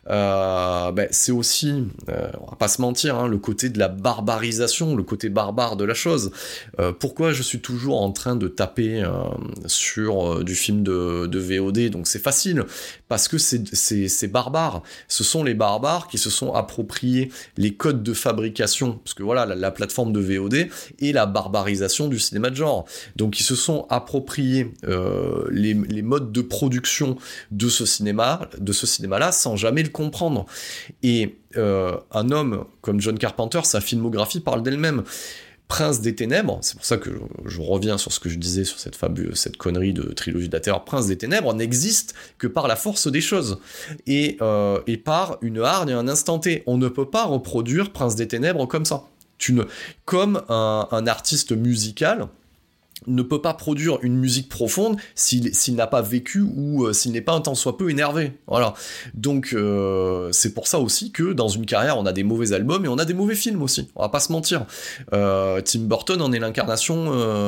euh, ben, c'est aussi, euh, on va pas se mentir, hein, le côté de la barbarisation, le côté barbare de la chose. Euh, pourquoi je suis toujours en train de taper euh, sur euh, du film de, de V O D? Donc c'est facile, parce que c'est, c'est, c'est barbare. Ce sont les barbares qui se sont appropriés les codes de fabrication, parce que voilà, la, la plateforme de V O D et la barbarisation du cinéma de genre. Donc ils se sont appropriés euh, les, les modes de production de ce cinéma, de ce cinéma-là, sans jamais le comprendre. Et euh, un homme comme John Carpenter, sa filmographie parle d'elle-même. Prince des Ténèbres, c'est pour ça que je, je reviens sur ce que je disais sur cette fabuleuse, cette connerie de trilogie de la terreur. Prince des Ténèbres n'existe que par la force des choses et, euh, et par une hargne et un instant T. On ne peut pas reproduire Prince des Ténèbres comme ça. Tu ne, comme un, un artiste musical ne peut pas produire une musique profonde s'il, s'il n'a pas vécu ou euh, s'il n'est pas un tant soit peu énervé. Voilà. Donc euh, c'est pour ça aussi que dans une carrière on a des mauvais albums et on a des mauvais films aussi. On va pas se mentir. Euh, Tim Burton en est l'incarnation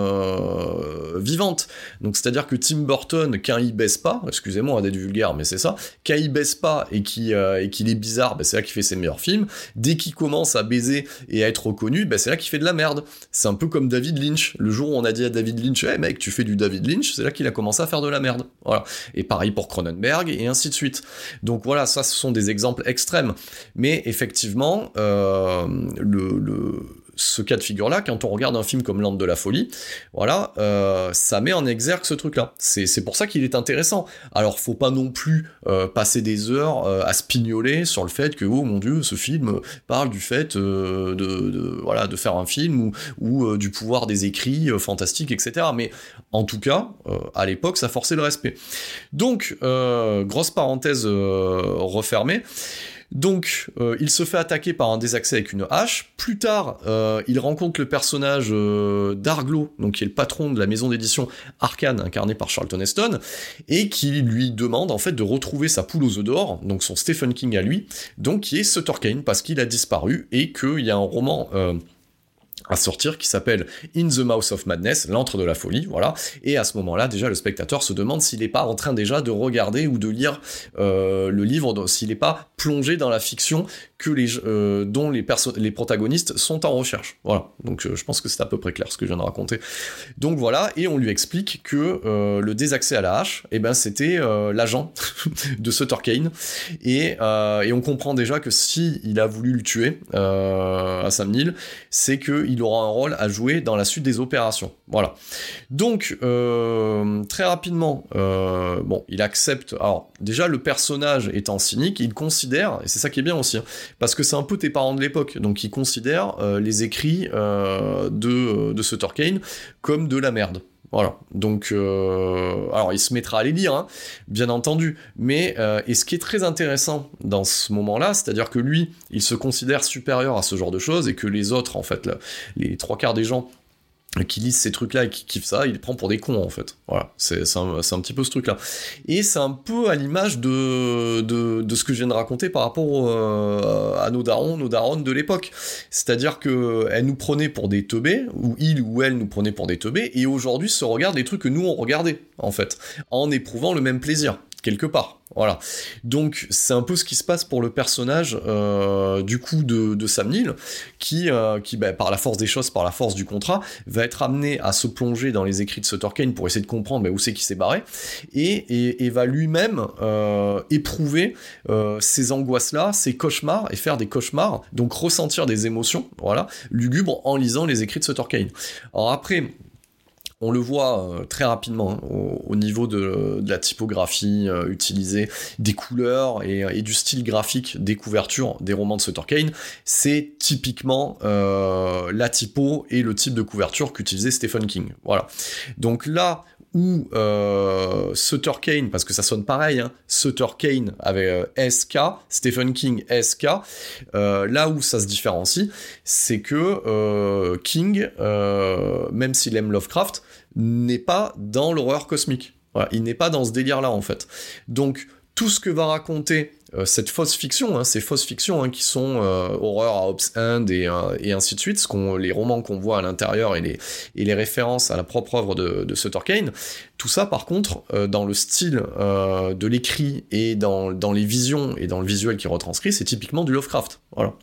euh, vivante. Donc c'est-à-dire que Tim Burton, quand il baisse pas, excusez-moi d'être vulgaire, mais c'est ça, quand il baisse pas et qu'il, euh, et qu'il est bizarre, bah, c'est là qu'il fait ses meilleurs films. Dès qu'il commence à baiser et à être reconnu, bah, c'est là qu'il fait de la merde. C'est un peu comme David Lynch. Le jour où on a dit à David David Lynch, hey mec, tu fais du David Lynch, c'est là qu'il a commencé à faire de la merde. Voilà. Et pareil pour Cronenberg, et ainsi de suite. Donc voilà, ça, ce sont des exemples extrêmes. Mais effectivement, euh, le... le ce cas de figure-là, quand on regarde un film comme L'Antre de la Folie, voilà, euh, ça met en exergue ce truc-là. C'est, c'est pour ça qu'il est intéressant. Alors, faut pas non plus euh, passer des heures euh, à spignoler sur le fait que, oh mon Dieu, ce film parle du fait euh, de, de, voilà, de faire un film ou, ou euh, du pouvoir des écrits euh, fantastiques, et cetera. Mais en tout cas, euh, à l'époque, ça forçait le respect. Donc, euh, grosse parenthèse euh, refermée. Donc, euh, il se fait attaquer par un désaccès avec une hache. Plus tard, euh, il rencontre le personnage euh, d'Arglo, donc qui est le patron de la maison d'édition Arcane, incarné par Charlton Heston, et qui lui demande en fait de retrouver sa poule aux œufs d'or, donc son Stephen King à lui, donc qui est Sutter Kane, parce qu'il a disparu et qu'il y a un roman euh, à sortir qui s'appelle In the Mouth of Madness, l'antre de la folie, voilà, et à ce moment-là, déjà, le spectateur se demande s'il n'est pas en train déjà de regarder ou de lire euh, le livre, s'il n'est pas plongé dans la fiction que les, euh, dont les, perso- les protagonistes sont en recherche, voilà, donc euh, je pense que c'est à peu près clair ce que je viens de raconter. Donc voilà, et on lui explique que euh, le désaccès à la hache, eh ben, c'était euh, l'agent de Sutter Kane, et, euh, et on comprend déjà que si il a voulu le tuer euh, à Sam Neill, c'est que il aura un rôle à jouer dans la suite des opérations. Voilà. Donc, euh, très rapidement, euh, bon, il accepte... Alors, déjà, le personnage étant cynique, il considère, et c'est ça qui est bien aussi, hein, parce que c'est un peu tes parents de l'époque, donc il considère euh, les écrits euh, de, de Sutter Kane comme de la merde. Voilà, donc, euh, alors il se mettra à les lire, hein, bien entendu, mais, euh, et ce qui est très intéressant dans ce moment-là, c'est-à-dire que lui, il se considère supérieur à ce genre de choses, et que les autres, en fait, là, les trois quarts des gens qui lisent ces trucs-là et qui kiffent ça, il les prend pour des cons, en fait. Voilà, c'est, c'est, un, c'est un petit peu ce truc-là. Et c'est un peu à l'image de, de, de ce que je viens de raconter par rapport euh, à nos darons, nos daronnes de l'époque. C'est-à-dire qu'elles nous prenaient pour des teubés, ou il ou elle nous prenait pour des teubés, et aujourd'hui se regardent les trucs que nous on regardait, en fait, en éprouvant le même plaisir, quelque part. Voilà. Donc c'est un peu ce qui se passe pour le personnage euh, du coup de, de Sam Neill, qui, euh, qui bah, par la force des choses, par la force du contrat, va être amené à se plonger dans les écrits de Sutter Kane pour essayer de comprendre bah, où c'est qu'il s'est barré, et, et, et va lui-même euh, éprouver euh, ces angoisses-là, ces cauchemars, et faire des cauchemars, donc ressentir des émotions, voilà, lugubres en lisant les écrits de Sutter Kane. Alors après, on le voit euh, très rapidement hein, au, au niveau de, de la typographie euh, utilisée, des couleurs et, et du style graphique des couvertures des romans de Sutter Kane, c'est typiquement euh, la typo et le type de couverture qu'utilisait Stephen King. Voilà. Donc là où euh, Sutter Kane, parce que ça sonne pareil, hein, Sutter Kane avec euh, S K, Stephen King S K, euh, là où ça se différencie, c'est que euh, King, euh, même s'il aime Lovecraft, n'est pas dans l'horreur cosmique. Voilà, il n'est pas dans ce délire-là, en fait. Donc, tout ce que va raconter euh, cette fausse fiction, hein, ces fausses fictions hein, qui sont euh, horreur à Hobbs End et, euh, et ainsi de suite, ce qu'on, les romans qu'on voit à l'intérieur et les, et les références à la propre œuvre de, de Sutter Kane, tout ça par contre, euh, dans le style euh, de l'écrit et dans, dans les visions et dans le visuel qui retranscrit, c'est typiquement du Lovecraft, voilà.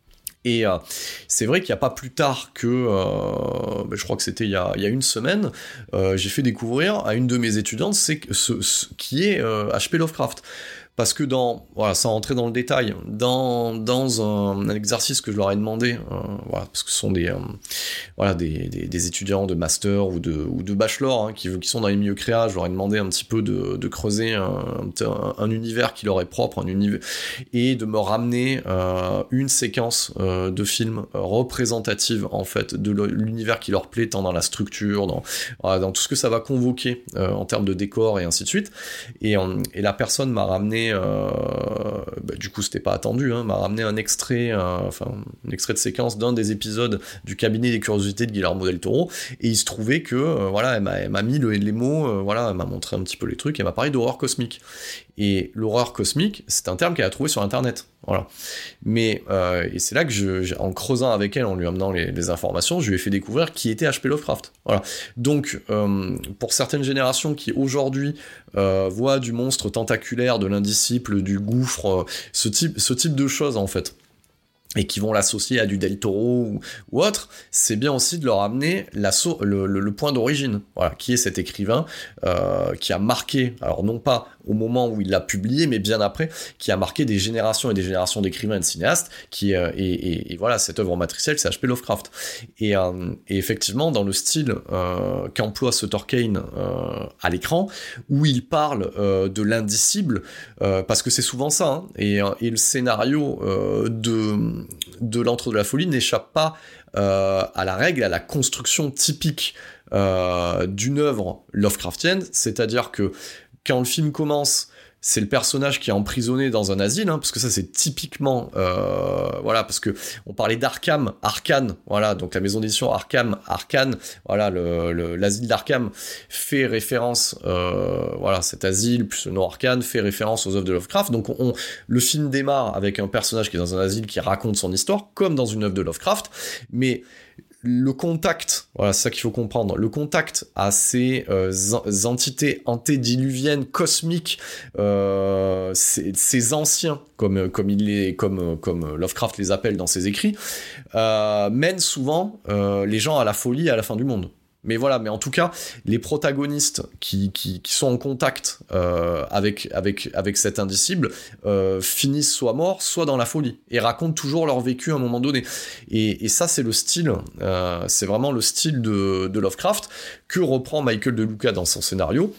Et euh, c'est vrai qu'il n'y a pas plus tard que, euh, ben je crois que c'était il y a, il y a une semaine, euh, j'ai fait découvrir à une de mes étudiantes c'est, ce, ce, qui est euh, H P Lovecraft. Parce que dans, voilà, sans rentrer dans le détail, dans, dans un, un exercice que je leur ai demandé, euh, voilà, parce que ce sont des, euh, voilà, des, des, des étudiants de master ou de, ou de bachelor hein, qui, qui sont dans les milieux créa, je leur ai demandé un petit peu de, de creuser un, un, un univers qui leur est propre, un univers, et de me ramener euh, une séquence euh, de film euh, représentative en fait de l'univers qui leur plaît, tant dans la structure, dans, voilà, dans tout ce que ça va convoquer euh, en termes de décor et ainsi de suite. Et, euh, et la personne m'a ramené Euh, bah, du coup c'était pas attendu, hein, m'a ramené un extrait, euh, enfin un extrait de séquence d'un des épisodes du cabinet des curiosités de Guillermo del Toro, et il se trouvait que euh, voilà, elle m'a, elle m'a mis le, les mots, euh, voilà, elle m'a montré un petit peu les trucs, elle m'a parlé d'horreur cosmique. Et l'horreur cosmique, c'est un terme qu'elle a trouvé sur internet, voilà. Mais euh, et c'est là que je, en creusant avec elle, en lui amenant les, les informations, je lui ai fait découvrir qui était H P Lovecraft, voilà. Donc euh, pour certaines générations qui aujourd'hui euh, voient du monstre tentaculaire, de l'indisciple, du gouffre, euh, ce type, ce type de choses en fait, et qui vont l'associer à du Del Toro ou, ou autre, c'est bien aussi de leur amener la so- le, le, le point d'origine, voilà, qui est cet écrivain euh, qui a marqué, alors non pas au moment où il l'a publié, mais bien après, qui a marqué des générations et des générations d'écrivains et de cinéastes, qui, euh, et, et, et voilà, cette œuvre matricielle, c'est H P Lovecraft. Et, euh, et effectivement, dans le style euh, qu'emploie Sutter Kane euh, à l'écran, où il parle euh, de l'indicible, euh, parce que c'est souvent ça, hein, et, et le scénario euh, de, de l'Antre de la Folie n'échappe pas euh, à la règle, à la construction typique euh, d'une œuvre Lovecraftienne, c'est-à-dire que quand le film commence, c'est le personnage qui est emprisonné dans un asile, hein, parce que ça c'est typiquement, euh, voilà, parce que on parlait d'Arkham, Arkane, voilà, donc la maison d'édition Arkham, Arkane, voilà, le, le, l'asile d'Arkham fait référence, euh, voilà, cet asile plus le nom Arkane fait référence aux œuvres de Lovecraft, donc on, on, le film démarre avec un personnage qui est dans un asile qui raconte son histoire, comme dans une œuvre de Lovecraft, mais le contact, voilà, c'est ça qu'il faut comprendre, le contact à ces euh, entités antédiluviennes, cosmiques, euh, ces, ces anciens, comme, comme, il les, comme, comme Lovecraft les appelle dans ses écrits, euh, mène souvent euh, les gens à la folie et à la fin du monde. Mais voilà, mais en tout cas, les protagonistes qui, qui, qui sont en contact euh, avec, avec, avec cet indicible euh, finissent soit morts, soit dans la folie, et racontent toujours leur vécu à un moment donné. Et, et ça, c'est le style, euh, c'est vraiment le style de, de Lovecraft que reprend Michael De Luca dans son scénario,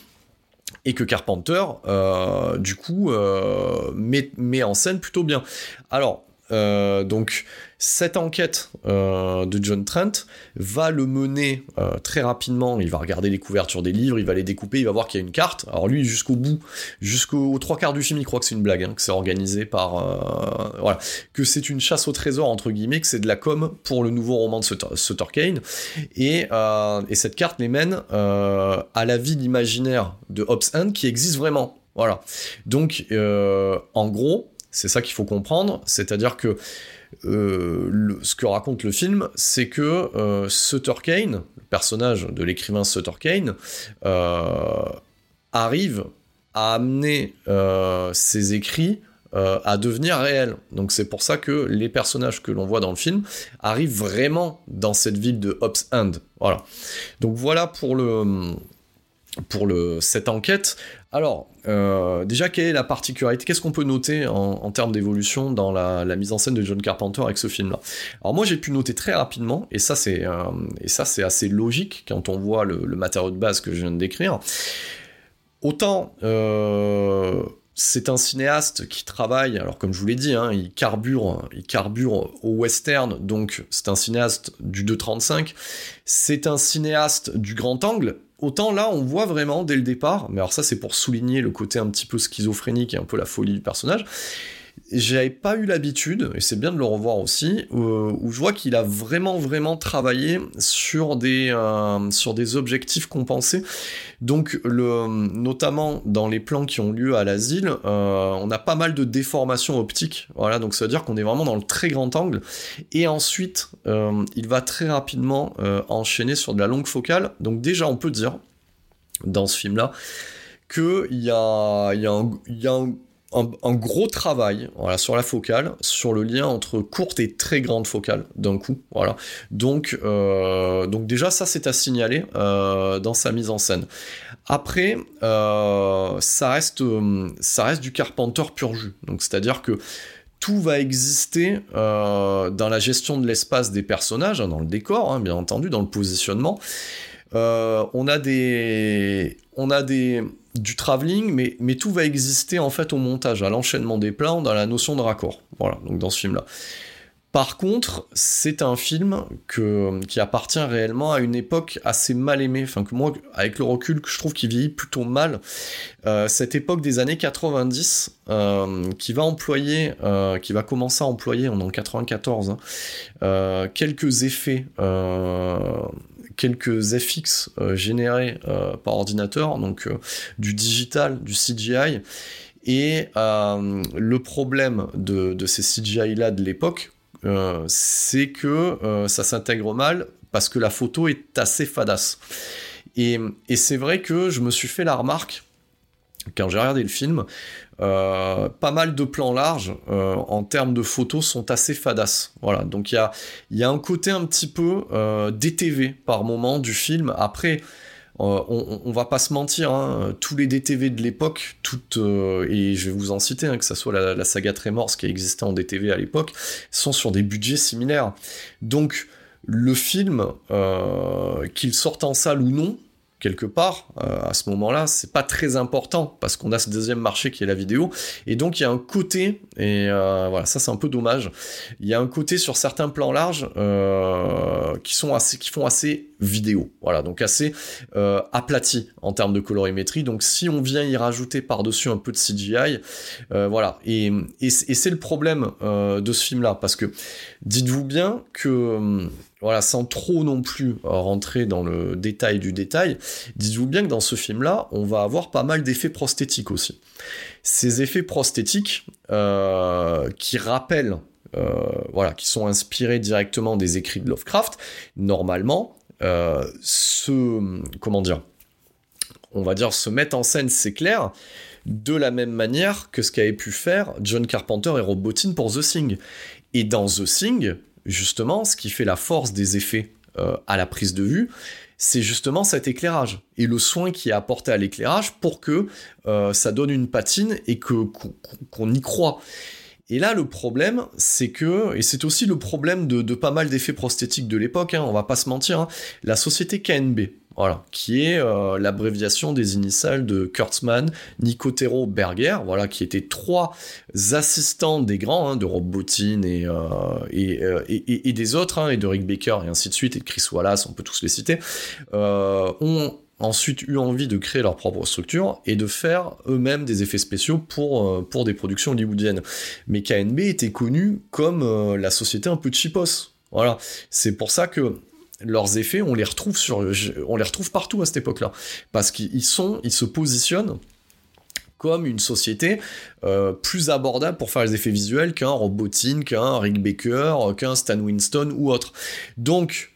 et que Carpenter, euh, du coup, euh, met, met en scène plutôt bien. Alors, euh, donc... Cette enquête euh, de John Trent va le mener euh, très rapidement, il va regarder les couvertures des livres, il va les découper, il va voir qu'il y a une carte, alors lui jusqu'au bout, jusqu'aux trois quarts du film il croit que c'est une blague, hein, que c'est organisé par... Euh, voilà, que c'est une chasse au trésor entre guillemets, que c'est de la com pour le nouveau roman de Sutter, Sutter Kane, et, euh, et cette carte les mène euh, à la ville imaginaire de Hobbs End qui existe vraiment, voilà. Donc euh, en gros, c'est ça qu'il faut comprendre, c'est-à-dire que Euh, le, ce que raconte le film, c'est que euh, Sutter Kane, le personnage de l'écrivain Sutter Kane, euh, arrive à amener euh, ses écrits euh, à devenir réels. Donc c'est pour ça que les personnages que l'on voit dans le film arrivent vraiment dans cette ville de Hobbs End. Voilà. Donc voilà pour le pour le cette enquête. Alors, euh, déjà, quelle est la particularité ? Qu'est-ce qu'on peut noter en, en termes d'évolution dans la, la mise en scène de John Carpenter avec ce film-là ? Alors moi, j'ai pu noter très rapidement, et ça, c'est, euh, et ça, c'est assez logique quand on voit le, le matériau de base que je viens de décrire. Autant, euh, c'est un cinéaste qui travaille, alors comme je vous l'ai dit, hein, il carbure, il carbure au western, donc c'est un cinéaste du deux trente-cinq, c'est un cinéaste du grand angle. Autant là, on voit vraiment dès le départ, mais alors ça c'est pour souligner le côté un petit peu schizophrénique et un peu la folie du personnage, j'avais pas eu l'habitude, et c'est bien de le revoir aussi, euh, où je vois qu'il a vraiment vraiment travaillé sur des euh, sur des objectifs compensés. Donc le notamment dans les plans qui ont lieu à l'asile, euh, on a pas mal de déformations optiques. Voilà, donc ça veut dire qu'on est vraiment dans le très grand angle. Et ensuite, euh, il va très rapidement euh, enchaîner sur de la longue focale. Donc déjà, on peut dire dans ce film-là que il y a il y a un, il y a un Un, un gros travail, voilà, sur la focale, sur le lien entre courte et très grande focale d'un coup, voilà. Donc, euh, donc déjà ça c'est à signaler euh, dans sa mise en scène. Après, euh, ça reste, ça reste du Carpenter pur jus. Donc c'est-à-dire que tout va exister euh, dans la gestion de l'espace des personnages, hein, dans le décor, hein, bien entendu, dans le positionnement. Euh, on a des, on a des du travelling, mais, mais tout va exister en fait au montage, à l'enchaînement des plans, dans la notion de raccord. Voilà, donc dans ce film-là. Par contre, c'est un film que, qui appartient réellement à une époque assez mal aimée, enfin que moi, avec le recul, que je trouve qu'il vieillit plutôt mal. Euh, cette époque des années quatre-vingt-dix, euh, qui va employer, euh, qui va commencer à employer, on est en quatre-vingt-quatorze, hein, euh, quelques effets... Euh, quelques F X euh, générés euh, par ordinateur, donc euh, du digital, du C G I, et euh, le problème de, de ces C G I-là de l'époque, euh, c'est que euh, ça s'intègre mal, parce que la photo est assez fadasse. Et, et c'est vrai que je me suis fait la remarque, quand j'ai regardé le film, euh, pas mal de plans larges euh, en termes de photos sont assez fadasses. Voilà, donc il y a, y a un côté un petit peu euh, D T V par moment du film. Après, euh, on, on va pas se mentir, hein, tous les D T V de l'époque, toutes, euh, et je vais vous en citer, hein, que ça soit la, la saga Tremors qui existait en D T V à l'époque, sont sur des budgets similaires. Donc le film, euh, qu'il sorte en salle ou non, quelque part, euh, à ce moment-là, c'est pas très important, parce qu'on a ce deuxième marché qui est la vidéo, et donc il y a un côté, et euh, voilà, ça c'est un peu dommage, il y a un côté sur certains plans larges euh, qui sont assez, qui font assez vidéo, voilà, donc assez euh, aplati en termes de colorimétrie, donc si on vient y rajouter par-dessus un peu de C G I, euh, voilà, et, et, et c'est le problème euh, de ce film-là, parce que dites-vous bien que... Voilà, sans trop non plus rentrer dans le détail du détail, dites-vous bien que dans ce film-là, on va avoir pas mal d'effets prosthétiques aussi. Ces effets prosthétiques euh, qui rappellent, euh, voilà, qui sont inspirés directement des écrits de Lovecraft, normalement, euh, se, comment dire, on va dire se mettre en scène, c'est clair, de la même manière que ce qu'avait pu faire John Carpenter et Rob Bottin pour The Thing. Et dans The Thing, justement, ce qui fait la force des effets euh, à la prise de vue, c'est justement cet éclairage et le soin qui est apporté à l'éclairage pour que euh, ça donne une patine et que, qu'on, qu'on y croit. Et là, le problème, c'est que, et c'est aussi le problème de, de pas mal d'effets prosthétiques de l'époque, hein, on va pas se mentir, hein, la société K N B, voilà, qui est euh, l'abréviation des initiales de Kurtzman, Nicotero, Berger, voilà, qui étaient trois assistants des grands, hein, de Rob Bottin et, euh, et, euh, et, et, et des autres, hein, et de Rick Baker, et ainsi de suite, et de Chris Wallace, on peut tous les citer, euh, ont ensuite eu envie de créer leur propre structure et de faire eux-mêmes des effets spéciaux pour, euh, pour des productions hollywoodiennes. Mais K N B était connu comme euh, la société un peu cheapos. Voilà, c'est pour ça que leurs effets, on les retrouve sur, on les retrouve partout à cette époque-là, parce qu'ils sont, ils se positionnent comme une société euh, plus abordable pour faire les effets visuels qu'un Rob Bottin, qu'un Rick Baker, qu'un Stan Winston ou autre. Donc,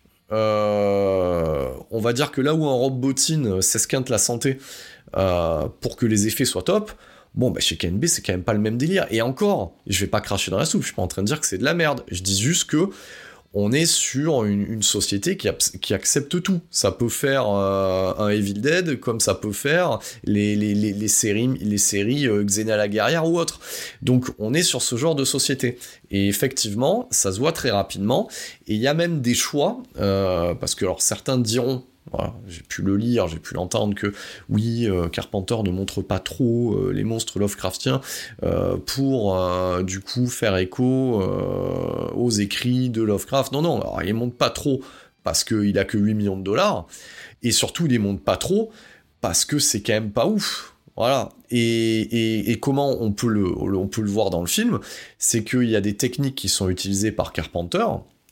euh, on va dire que là où un Rob Bottin s'esquinte la santé euh, pour que les effets soient top, bon, bah chez K N B, c'est quand même pas le même délire. Et encore, je vais pas cracher dans la soupe, je suis pas en train de dire que c'est de la merde. Je dis juste que on est sur une, une société qui, qui accepte tout. Ça peut faire euh, un Evil Dead, comme ça peut faire les, les, les, les séries, les séries euh, Xena la guerrière ou autres. Donc on est sur ce genre de société. Et effectivement, ça se voit très rapidement. Et il y a même des choix, euh, parce que alors certains diront, voilà, j'ai pu le lire, j'ai pu l'entendre que oui, euh, Carpenter ne montre pas trop euh, les monstres Lovecraftiens euh, pour euh, du coup faire écho euh, aux écrits de Lovecraft. Non, non, alors, il les montre pas trop parce qu'il a que huit millions de dollars, et surtout il les montre pas trop parce que c'est quand même pas ouf. Voilà. Et, et, et comment on peut, le, on peut le voir dans le film, c'est qu'il y a des techniques qui sont utilisées par Carpenter,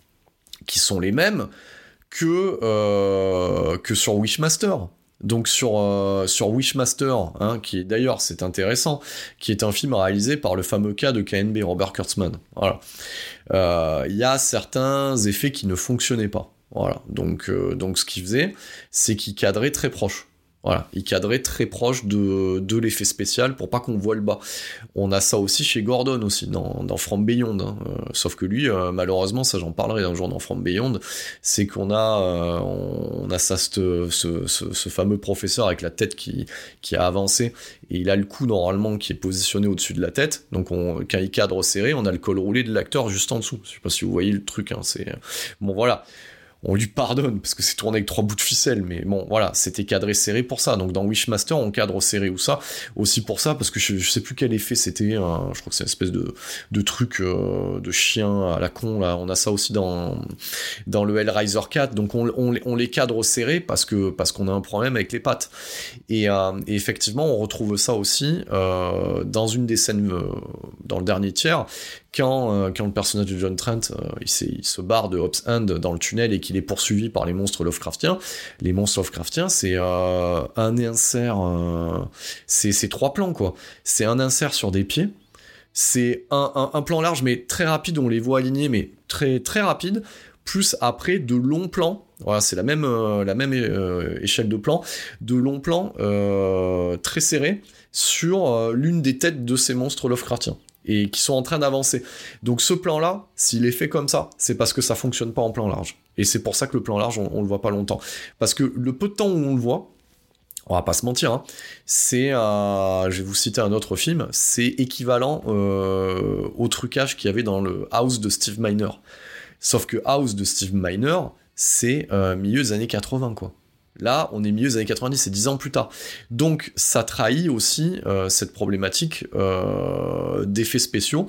qui sont les mêmes que, euh, que sur Wishmaster. Donc sur, euh, sur Wishmaster, hein, qui est d'ailleurs, c'est intéressant, qui est un film réalisé par le fameux cas de K N B, Robert Kurtzman. Voilà. Euh, il y a certains effets qui ne fonctionnaient pas. Voilà. Donc, euh, donc ce qu'il faisait, c'est qu'il cadrait très proche. Voilà, il cadrait très proche de, de l'effet spécial pour pas qu'on voit le bas. On a ça aussi chez Gordon aussi, dans, dans From Beyond. Hein. Euh, sauf que lui, euh, malheureusement, ça j'en parlerai un jour dans From Beyond, c'est qu'on a, euh, on a ça, ce, ce, ce, ce fameux professeur avec la tête qui, qui a avancé, et il a le cou normalement qui est positionné au-dessus de la tête, donc on, quand il cadre serré, on a le col roulé de l'acteur juste en dessous. Je sais pas si vous voyez le truc, hein, c'est... Bon voilà. On lui pardonne, parce que c'est tourné avec trois bouts de ficelle, mais bon, voilà, c'était cadré serré pour ça. Donc dans Wishmaster, on cadre serré ou ça, aussi pour ça, parce que je, je sais plus quel effet c'était, hein, je crois que c'est une espèce de, de truc euh, de chien à la con, là, on a ça aussi dans, dans le Hellraiser quatre, donc on, on, on les cadre serrés parce, que, parce qu'on a un problème avec les pattes. Et, euh, et effectivement, on retrouve ça aussi euh, dans une des scènes, euh, dans le dernier tiers, Quand, euh, quand le personnage de John Trent euh, il, il se barre de Hobbs End dans le tunnel et qu'il est poursuivi par les monstres Lovecraftiens, les monstres Lovecraftiens, c'est euh, un insert, euh, c'est, c'est trois plans, quoi. C'est un insert sur des pieds, c'est un, un, un plan large, mais très rapide, on les voit alignés, mais très, très rapide, plus après de longs plans, voilà, c'est la même, euh, la même euh, échelle de plans, de longs plans euh, très serrés sur euh, l'une des têtes de ces monstres Lovecraftiens, et qui sont en train d'avancer. Donc ce plan-là, s'il est fait comme ça, c'est parce que ça fonctionne pas en plan large. Et c'est pour ça que le plan large, on, on le voit pas longtemps. Parce que le peu de temps où on le voit, on va pas se mentir, hein, c'est, euh, je vais vous citer un autre film, c'est équivalent euh, au trucage qu'il y avait dans le House de Steve Miner. Sauf que House de Steve Miner, c'est euh, milieu des années quatre-vingts, quoi. Là, on est milieu des années quatre-vingt-dix, c'est dix ans plus tard. Donc, ça trahit aussi euh, cette problématique euh, d'effets spéciaux.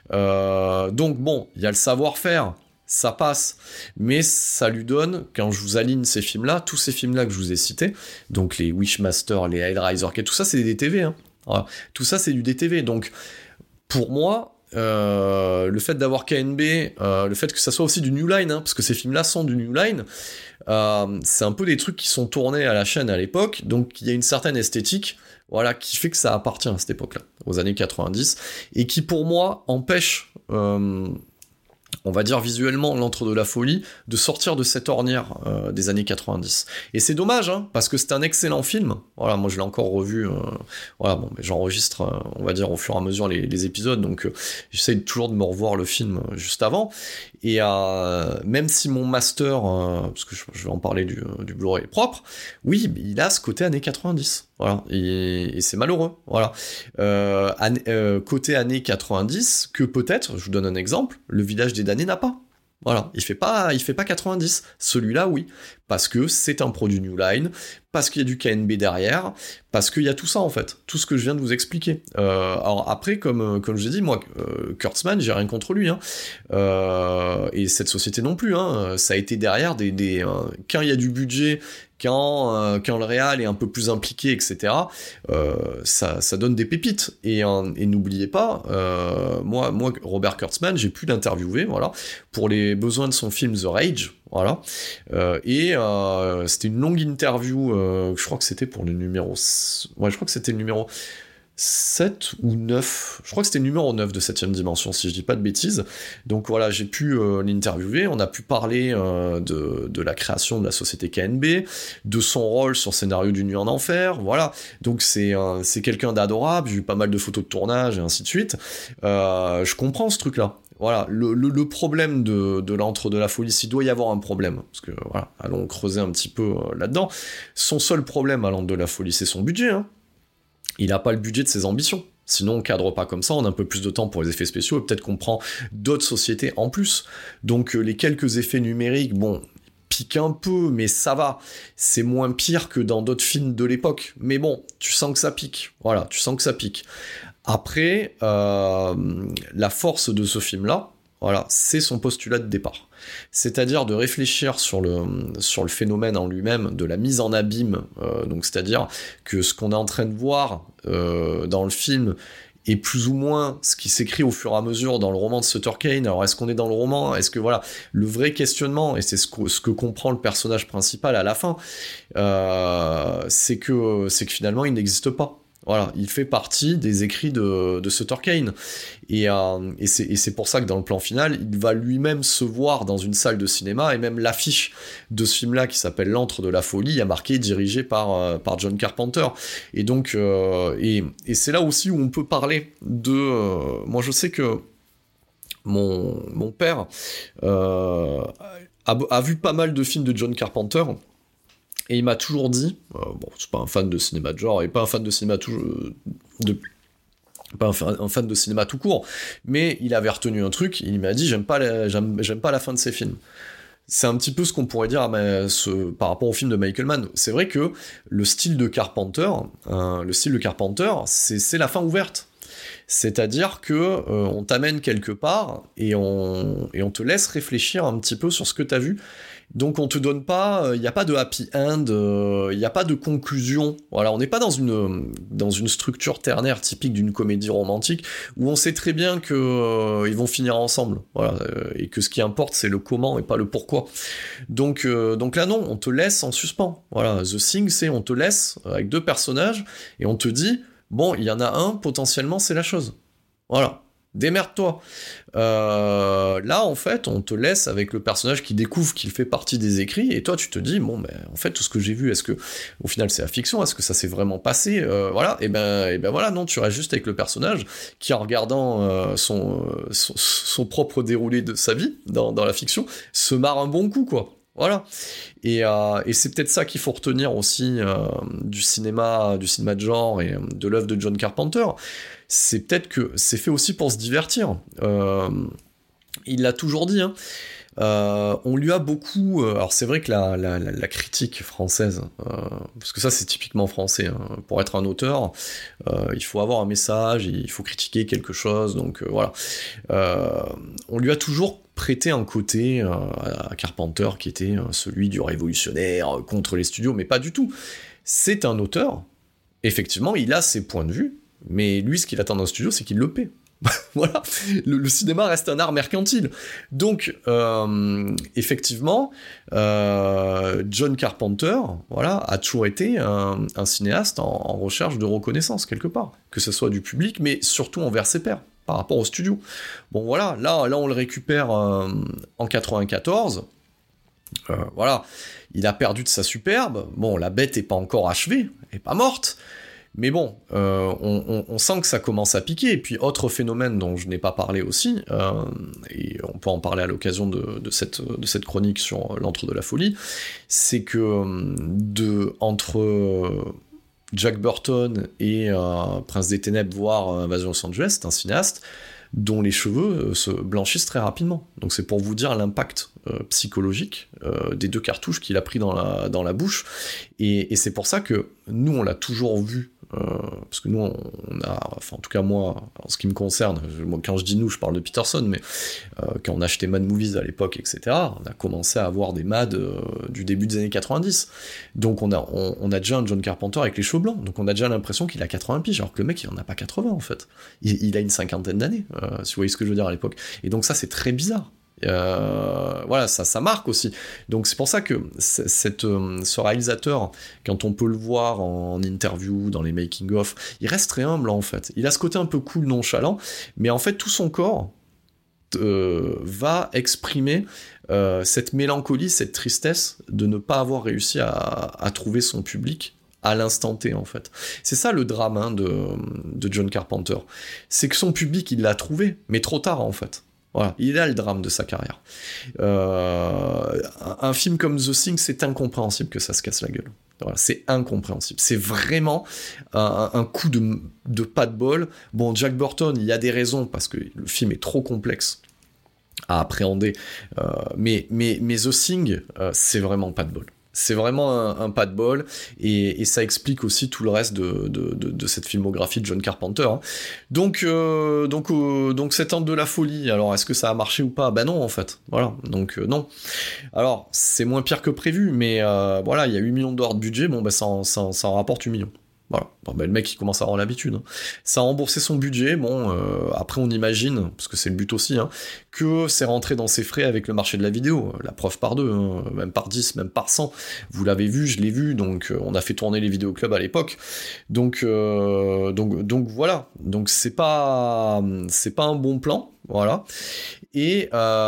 Euh, donc, bon, il y a le savoir-faire, ça passe, mais ça lui donne, quand je vous aligne ces films-là, tous ces films-là que je vous ai cités, donc les Wishmaster, les Hellraiser, tout ça, c'est des D T V. Hein. Voilà. Tout ça, c'est du D T V. Donc, pour moi... Euh, le fait d'avoir K N B, euh, le fait que ça soit aussi du New Line, hein, parce que ces films-là sont du New Line, euh, c'est un peu des trucs qui sont tournés à la chaîne à l'époque, donc il y a une certaine esthétique, voilà, qui fait que ça appartient à cette époque-là, aux années quatre-vingt-dix, et qui pour moi empêche, euh, on va dire visuellement, l'Antre de la Folie, de sortir de cette ornière euh, des années quatre-vingt-dix. Et c'est dommage, hein, parce que c'est un excellent film. Voilà, moi je l'ai encore revu. Euh, voilà, bon, mais j'enregistre, euh, on va dire, au fur et à mesure les, les épisodes, donc euh, j'essaie toujours de me revoir le film euh, juste avant. Et euh, même si mon master, euh, parce que je, je vais en parler du, du Blu-ray propre, oui, il a ce côté années quatre-vingt-dix. Voilà, et, et c'est malheureux. Voilà, euh, an, euh, côté années quatre-vingt-dix, que peut-être, je vous donne un exemple, Le Village des damnés n'a pas. Voilà, il fait pas, il fait pas quatre-vingt-dix. Celui-là, oui, parce que c'est un produit New Line, parce qu'il y a du K N B derrière, parce qu'il y a tout ça en fait, tout ce que je viens de vous expliquer. Euh, alors après, comme comme je l'ai dit, moi, euh, Kurtzman, j'ai rien contre lui, hein, euh, et cette société non plus. Hein, ça a été derrière des, des euh, quand il y a du budget. Quand, euh, quand le réal est un peu plus impliqué, et cetera, euh, ça, ça donne des pépites. Et, euh, et n'oubliez pas, euh, moi, moi, Robert Kurtzman, j'ai pu l'interviewer, voilà, pour les besoins de son film The Rage, voilà. Euh, et euh, c'était une longue interview, euh, je crois que c'était pour le numéro... Ouais, je crois que c'était le numéro... sept ou neuf, je crois que c'était le numéro neuf de septième dimension, si je dis pas de bêtises. Donc voilà, j'ai pu euh, l'interviewer, on a pu parler euh, de, de la création de la société K N B, de son rôle sur Scénario d'une nuit en enfer, voilà. Donc c'est, euh, c'est quelqu'un d'adorable, j'ai eu pas mal de photos de tournage et ainsi de suite. Euh, je comprends ce truc-là. Voilà, le, le, le problème de, de l'Antre de la Folie, s'il doit y avoir un problème, parce que voilà, allons creuser un petit peu euh, là-dedans, son seul problème à l'Antre de la Folie, c'est son budget, hein. Il n'a pas le budget de ses ambitions. Sinon, on cadre pas comme ça, on a un peu plus de temps pour les effets spéciaux, et peut-être qu'on prend d'autres sociétés en plus. Donc, euh, les quelques effets numériques, bon, piquent un peu, mais ça va. C'est moins pire que dans d'autres films de l'époque. Mais bon, tu sens que ça pique. Voilà, tu sens que ça pique. Après, euh, la force de ce film-là, voilà, c'est son postulat de départ. c'est-à-dire de réfléchir sur le, sur le phénomène en lui-même, de la mise en abîme, euh, donc c'est-à-dire que ce qu'on est en train de voir euh, dans le film est plus ou moins ce qui s'écrit au fur et à mesure dans le roman de Sutter Kane. Alors est-ce qu'on est dans le roman ? Est-ce que voilà, le vrai questionnement, et c'est ce que, ce que comprend le personnage principal à la fin, euh, c'est que, c'est que finalement il n'existe pas. Voilà, il fait partie des écrits de, de Sutter Kane. Et, euh, et, c'est, et c'est pour ça que dans le plan final, il va lui-même se voir dans une salle de cinéma, et même l'affiche de ce film-là, qui s'appelle L'Antre de la Folie, a marqué dirigé par, euh, par John Carpenter. Et donc, euh, et, et c'est là aussi où on peut parler de... Euh, moi, je sais que mon, mon père euh, a, a vu pas mal de films de John Carpenter, et il m'a toujours dit, euh, bon, c'est pas un fan de cinéma de genre, et pas un fan de cinéma tout, euh, de, pas un fan, un fan de cinéma tout court, mais il avait retenu un truc, il m'a dit, j'aime pas, la, j'aime, j'aime pas la fin de ces films. C'est un petit peu ce qu'on pourrait dire à ma, ce, par rapport au film de Michael Mann. C'est vrai que le style de Carpenter, euh, le style de Carpenter, c'est, c'est la fin ouverte. C'est-à-dire que euh, on t'amène quelque part et on, et on te laisse réfléchir un petit peu sur ce que t'as vu. Donc on te donne pas, il euh, n'y a pas de happy end, il euh, n'y a pas de conclusion. Voilà, on n'est pas dans une, dans une structure ternaire typique d'une comédie romantique où on sait très bien qu'ils euh, vont finir ensemble. Voilà, euh, et que ce qui importe c'est le comment et pas le pourquoi. Donc, euh, donc là non, on te laisse en suspens. Voilà, The Thing, c'est on te laisse avec deux personnages et on te dit bon, il y en a un, potentiellement c'est la chose. Voilà. Démerde-toi. Euh, là, en fait, on te laisse avec le personnage qui découvre qu'il fait partie des écrits, et toi, tu te dis, bon, ben, en fait, tout ce que j'ai vu, est-ce que, au final, c'est la fiction? Est-ce que ça s'est vraiment passé? euh, Voilà. Et ben, et ben voilà, non, tu restes juste avec le personnage qui, en regardant euh, son, euh, son, son propre déroulé de sa vie dans, dans la fiction, se marre un bon coup, quoi. Voilà. Et, euh, et c'est peut-être ça qu'il faut retenir aussi euh, du cinéma, du cinéma de genre et de l'œuvre de John Carpenter. C'est peut-être que c'est fait aussi pour se divertir. Euh, il l'a toujours dit, hein. Euh, on lui a beaucoup... Euh, alors c'est vrai que la, la, la, la critique française, euh, parce que ça c'est typiquement français, hein, pour être un auteur, euh, il faut avoir un message, il faut critiquer quelque chose, donc euh, voilà. Euh, on lui a toujours prêté un côté euh, à Carpenter qui était euh, celui du révolutionnaire euh, contre les studios, mais pas du tout. C'est un auteur, effectivement, il a ses points de vue, mais lui ce qu'il attend d'un studio c'est qu'il le paie. Voilà, le, le cinéma reste un art mercantile. Donc, euh, effectivement, euh, John Carpenter, voilà, a toujours été un, un cinéaste en, en recherche de reconnaissance quelque part, que ce soit du public, mais surtout envers ses pairs, par rapport au studio. Bon, voilà, là, là, on le récupère euh, en quatre-vingt-quatorze. Euh, voilà, il a perdu de sa superbe. Bon, la bête est pas encore achevée, elle est pas morte. Mais bon, euh, on, on, on sent que ça commence à piquer. Et puis, autre phénomène dont je n'ai pas parlé aussi, euh, et on peut en parler à l'occasion de, de, cette, de cette chronique sur l'Antre de la Folie, c'est que de, entre Jack Burton et euh, Prince des Ténèbres, voire Invasion Los Angeles, c'est un cinéaste dont les cheveux se blanchissent très rapidement. Donc c'est pour vous dire l'impact euh, psychologique euh, des deux cartouches qu'il a pris dans la, dans la bouche. Et, et c'est pour ça que nous, on l'a toujours vu, euh, parce que nous, on, on a, enfin en tout cas moi, en ce qui me concerne, je, moi, quand je dis nous, je parle de Peterson, mais euh, quand on achetait Mad Movies à l'époque, et cetera, on a commencé à avoir des Mad euh, du début des années quatre-vingt-dix. Donc on a, on, on a déjà un John Carpenter avec les cheveux blancs, donc on a déjà l'impression qu'il a quatre-vingts piges, alors que le mec, il en a pas quatre-vingts en fait. Il, il a une cinquantaine d'années. Euh, si vous voyez ce que je veux dire à l'époque. Et donc ça, c'est très bizarre. Euh, voilà, ça, ça marque aussi. Donc c'est pour ça que cette, euh, ce réalisateur, quand on peut le voir en interview, dans les making-of, il reste très humble en fait. Il a ce côté un peu cool, nonchalant, mais en fait tout son corps euh, va exprimer euh, cette mélancolie, cette tristesse de ne pas avoir réussi à, à trouver son public à l'instant T, en fait. C'est ça le drame hein, de, de John Carpenter. C'est que son public, il l'a trouvé, mais trop tard, en fait. Voilà, il a le drame de sa carrière. Euh, un, un film comme The Thing, c'est incompréhensible que ça se casse la gueule. Voilà, c'est incompréhensible. C'est vraiment un, un coup de, de pas de bol. Bon, Jack Burton, il y a des raisons, parce que le film est trop complexe à appréhender. Euh, mais, mais, mais The Thing, euh, c'est vraiment pas de bol. C'est vraiment un, un pas de bol, et, et ça explique aussi tout le reste de, de, de, de cette filmographie de John Carpenter. Hein. Donc, euh, donc, euh, donc cet Antre de la folie, alors est-ce que ça a marché ou pas ? Ben non, en fait. Voilà, donc euh, non. Alors, c'est moins pire que prévu, mais euh, voilà, il y a huit millions de dollars de budget, bon, ben ça, en, ça, en, ça en rapporte huit millions. Voilà. Bon, ben, le mec il commence à avoir l'habitude. Hein. Ça a remboursé son budget. Bon, euh, après on imagine, parce que c'est le but aussi, hein, que c'est rentré dans ses frais avec le marché de la vidéo. La preuve par deux, hein, même par dix, même par cent. Vous l'avez vu, je l'ai vu. Donc euh, on a fait tourner les vidéoclubs à l'époque. Donc euh, donc donc voilà. Donc c'est pas c'est pas un bon plan. Voilà. Et,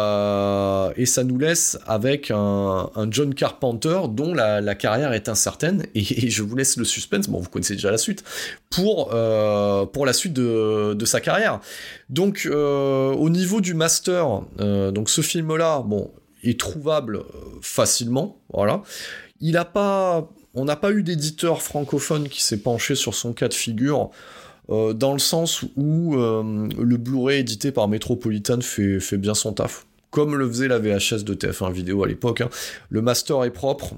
euh, et ça nous laisse avec un, un John Carpenter dont la, la carrière est incertaine, et, et je vous laisse le suspense, bon vous connaissez déjà la suite, pour, euh, pour la suite de, de sa carrière. Donc euh, au niveau du master, euh, donc ce film-là, bon, est trouvable facilement, voilà. Il a pas, on n'a pas eu d'éditeur francophone qui s'est penché sur son cas de figure, Euh, dans le sens où euh, le Blu-ray édité par Metropolitan fait, fait bien son taf, comme le faisait la V H S de T F un Vidéo à l'époque. Hein. Le master est propre.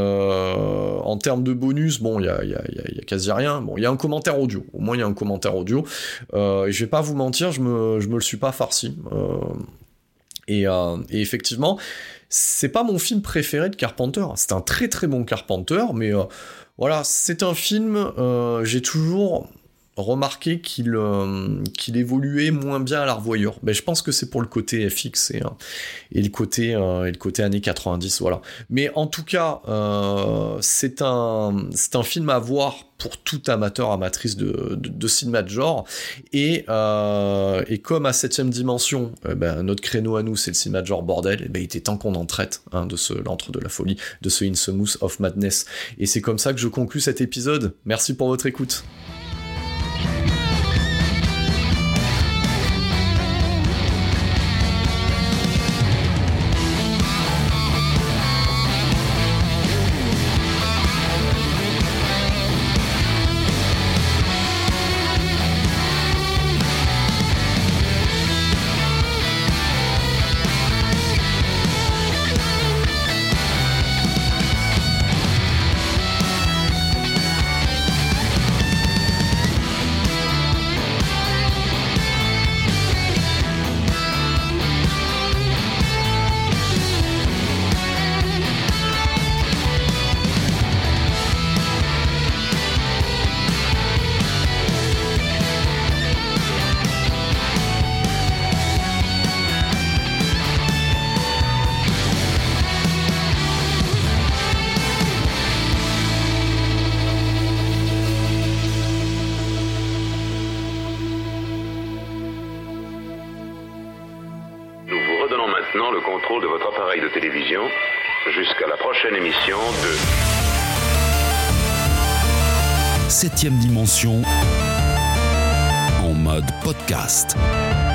Euh, en termes de bonus, bon, il y a, y, a, y, a, y a quasi rien. Bon, il y a un commentaire audio. Au moins, il y a un commentaire audio. Euh, et je vais pas vous mentir, je me, je me le suis pas farci. Euh, et, euh, et effectivement, c'est pas mon film préféré de Carpenter. C'est un très très bon Carpenter, mais euh, voilà, c'est un film. Euh, j'ai toujours remarqué qu'il, euh, qu'il évoluait moins bien à la revoyure. Ben, je pense que c'est pour le côté F X et, et, le, côté, euh, et le côté années quatre-vingt-dix, voilà. Mais en tout cas, euh, c'est, un, c'est un film à voir pour tout amateur, amatrice de, de, de cinéma de genre. Et, euh, et comme à septième dimension, euh, ben, notre créneau à nous, c'est le cinéma de genre bordel, et ben, il était temps qu'on en traite, hein, de ce l'antre de la folie, de ce In the Mood of Madness. Et c'est comme ça que je conclue cet épisode. Merci pour votre écoute. maintenant le contrôle de votre appareil de télévision jusqu'à la prochaine émission de Septième dimension en mode podcast.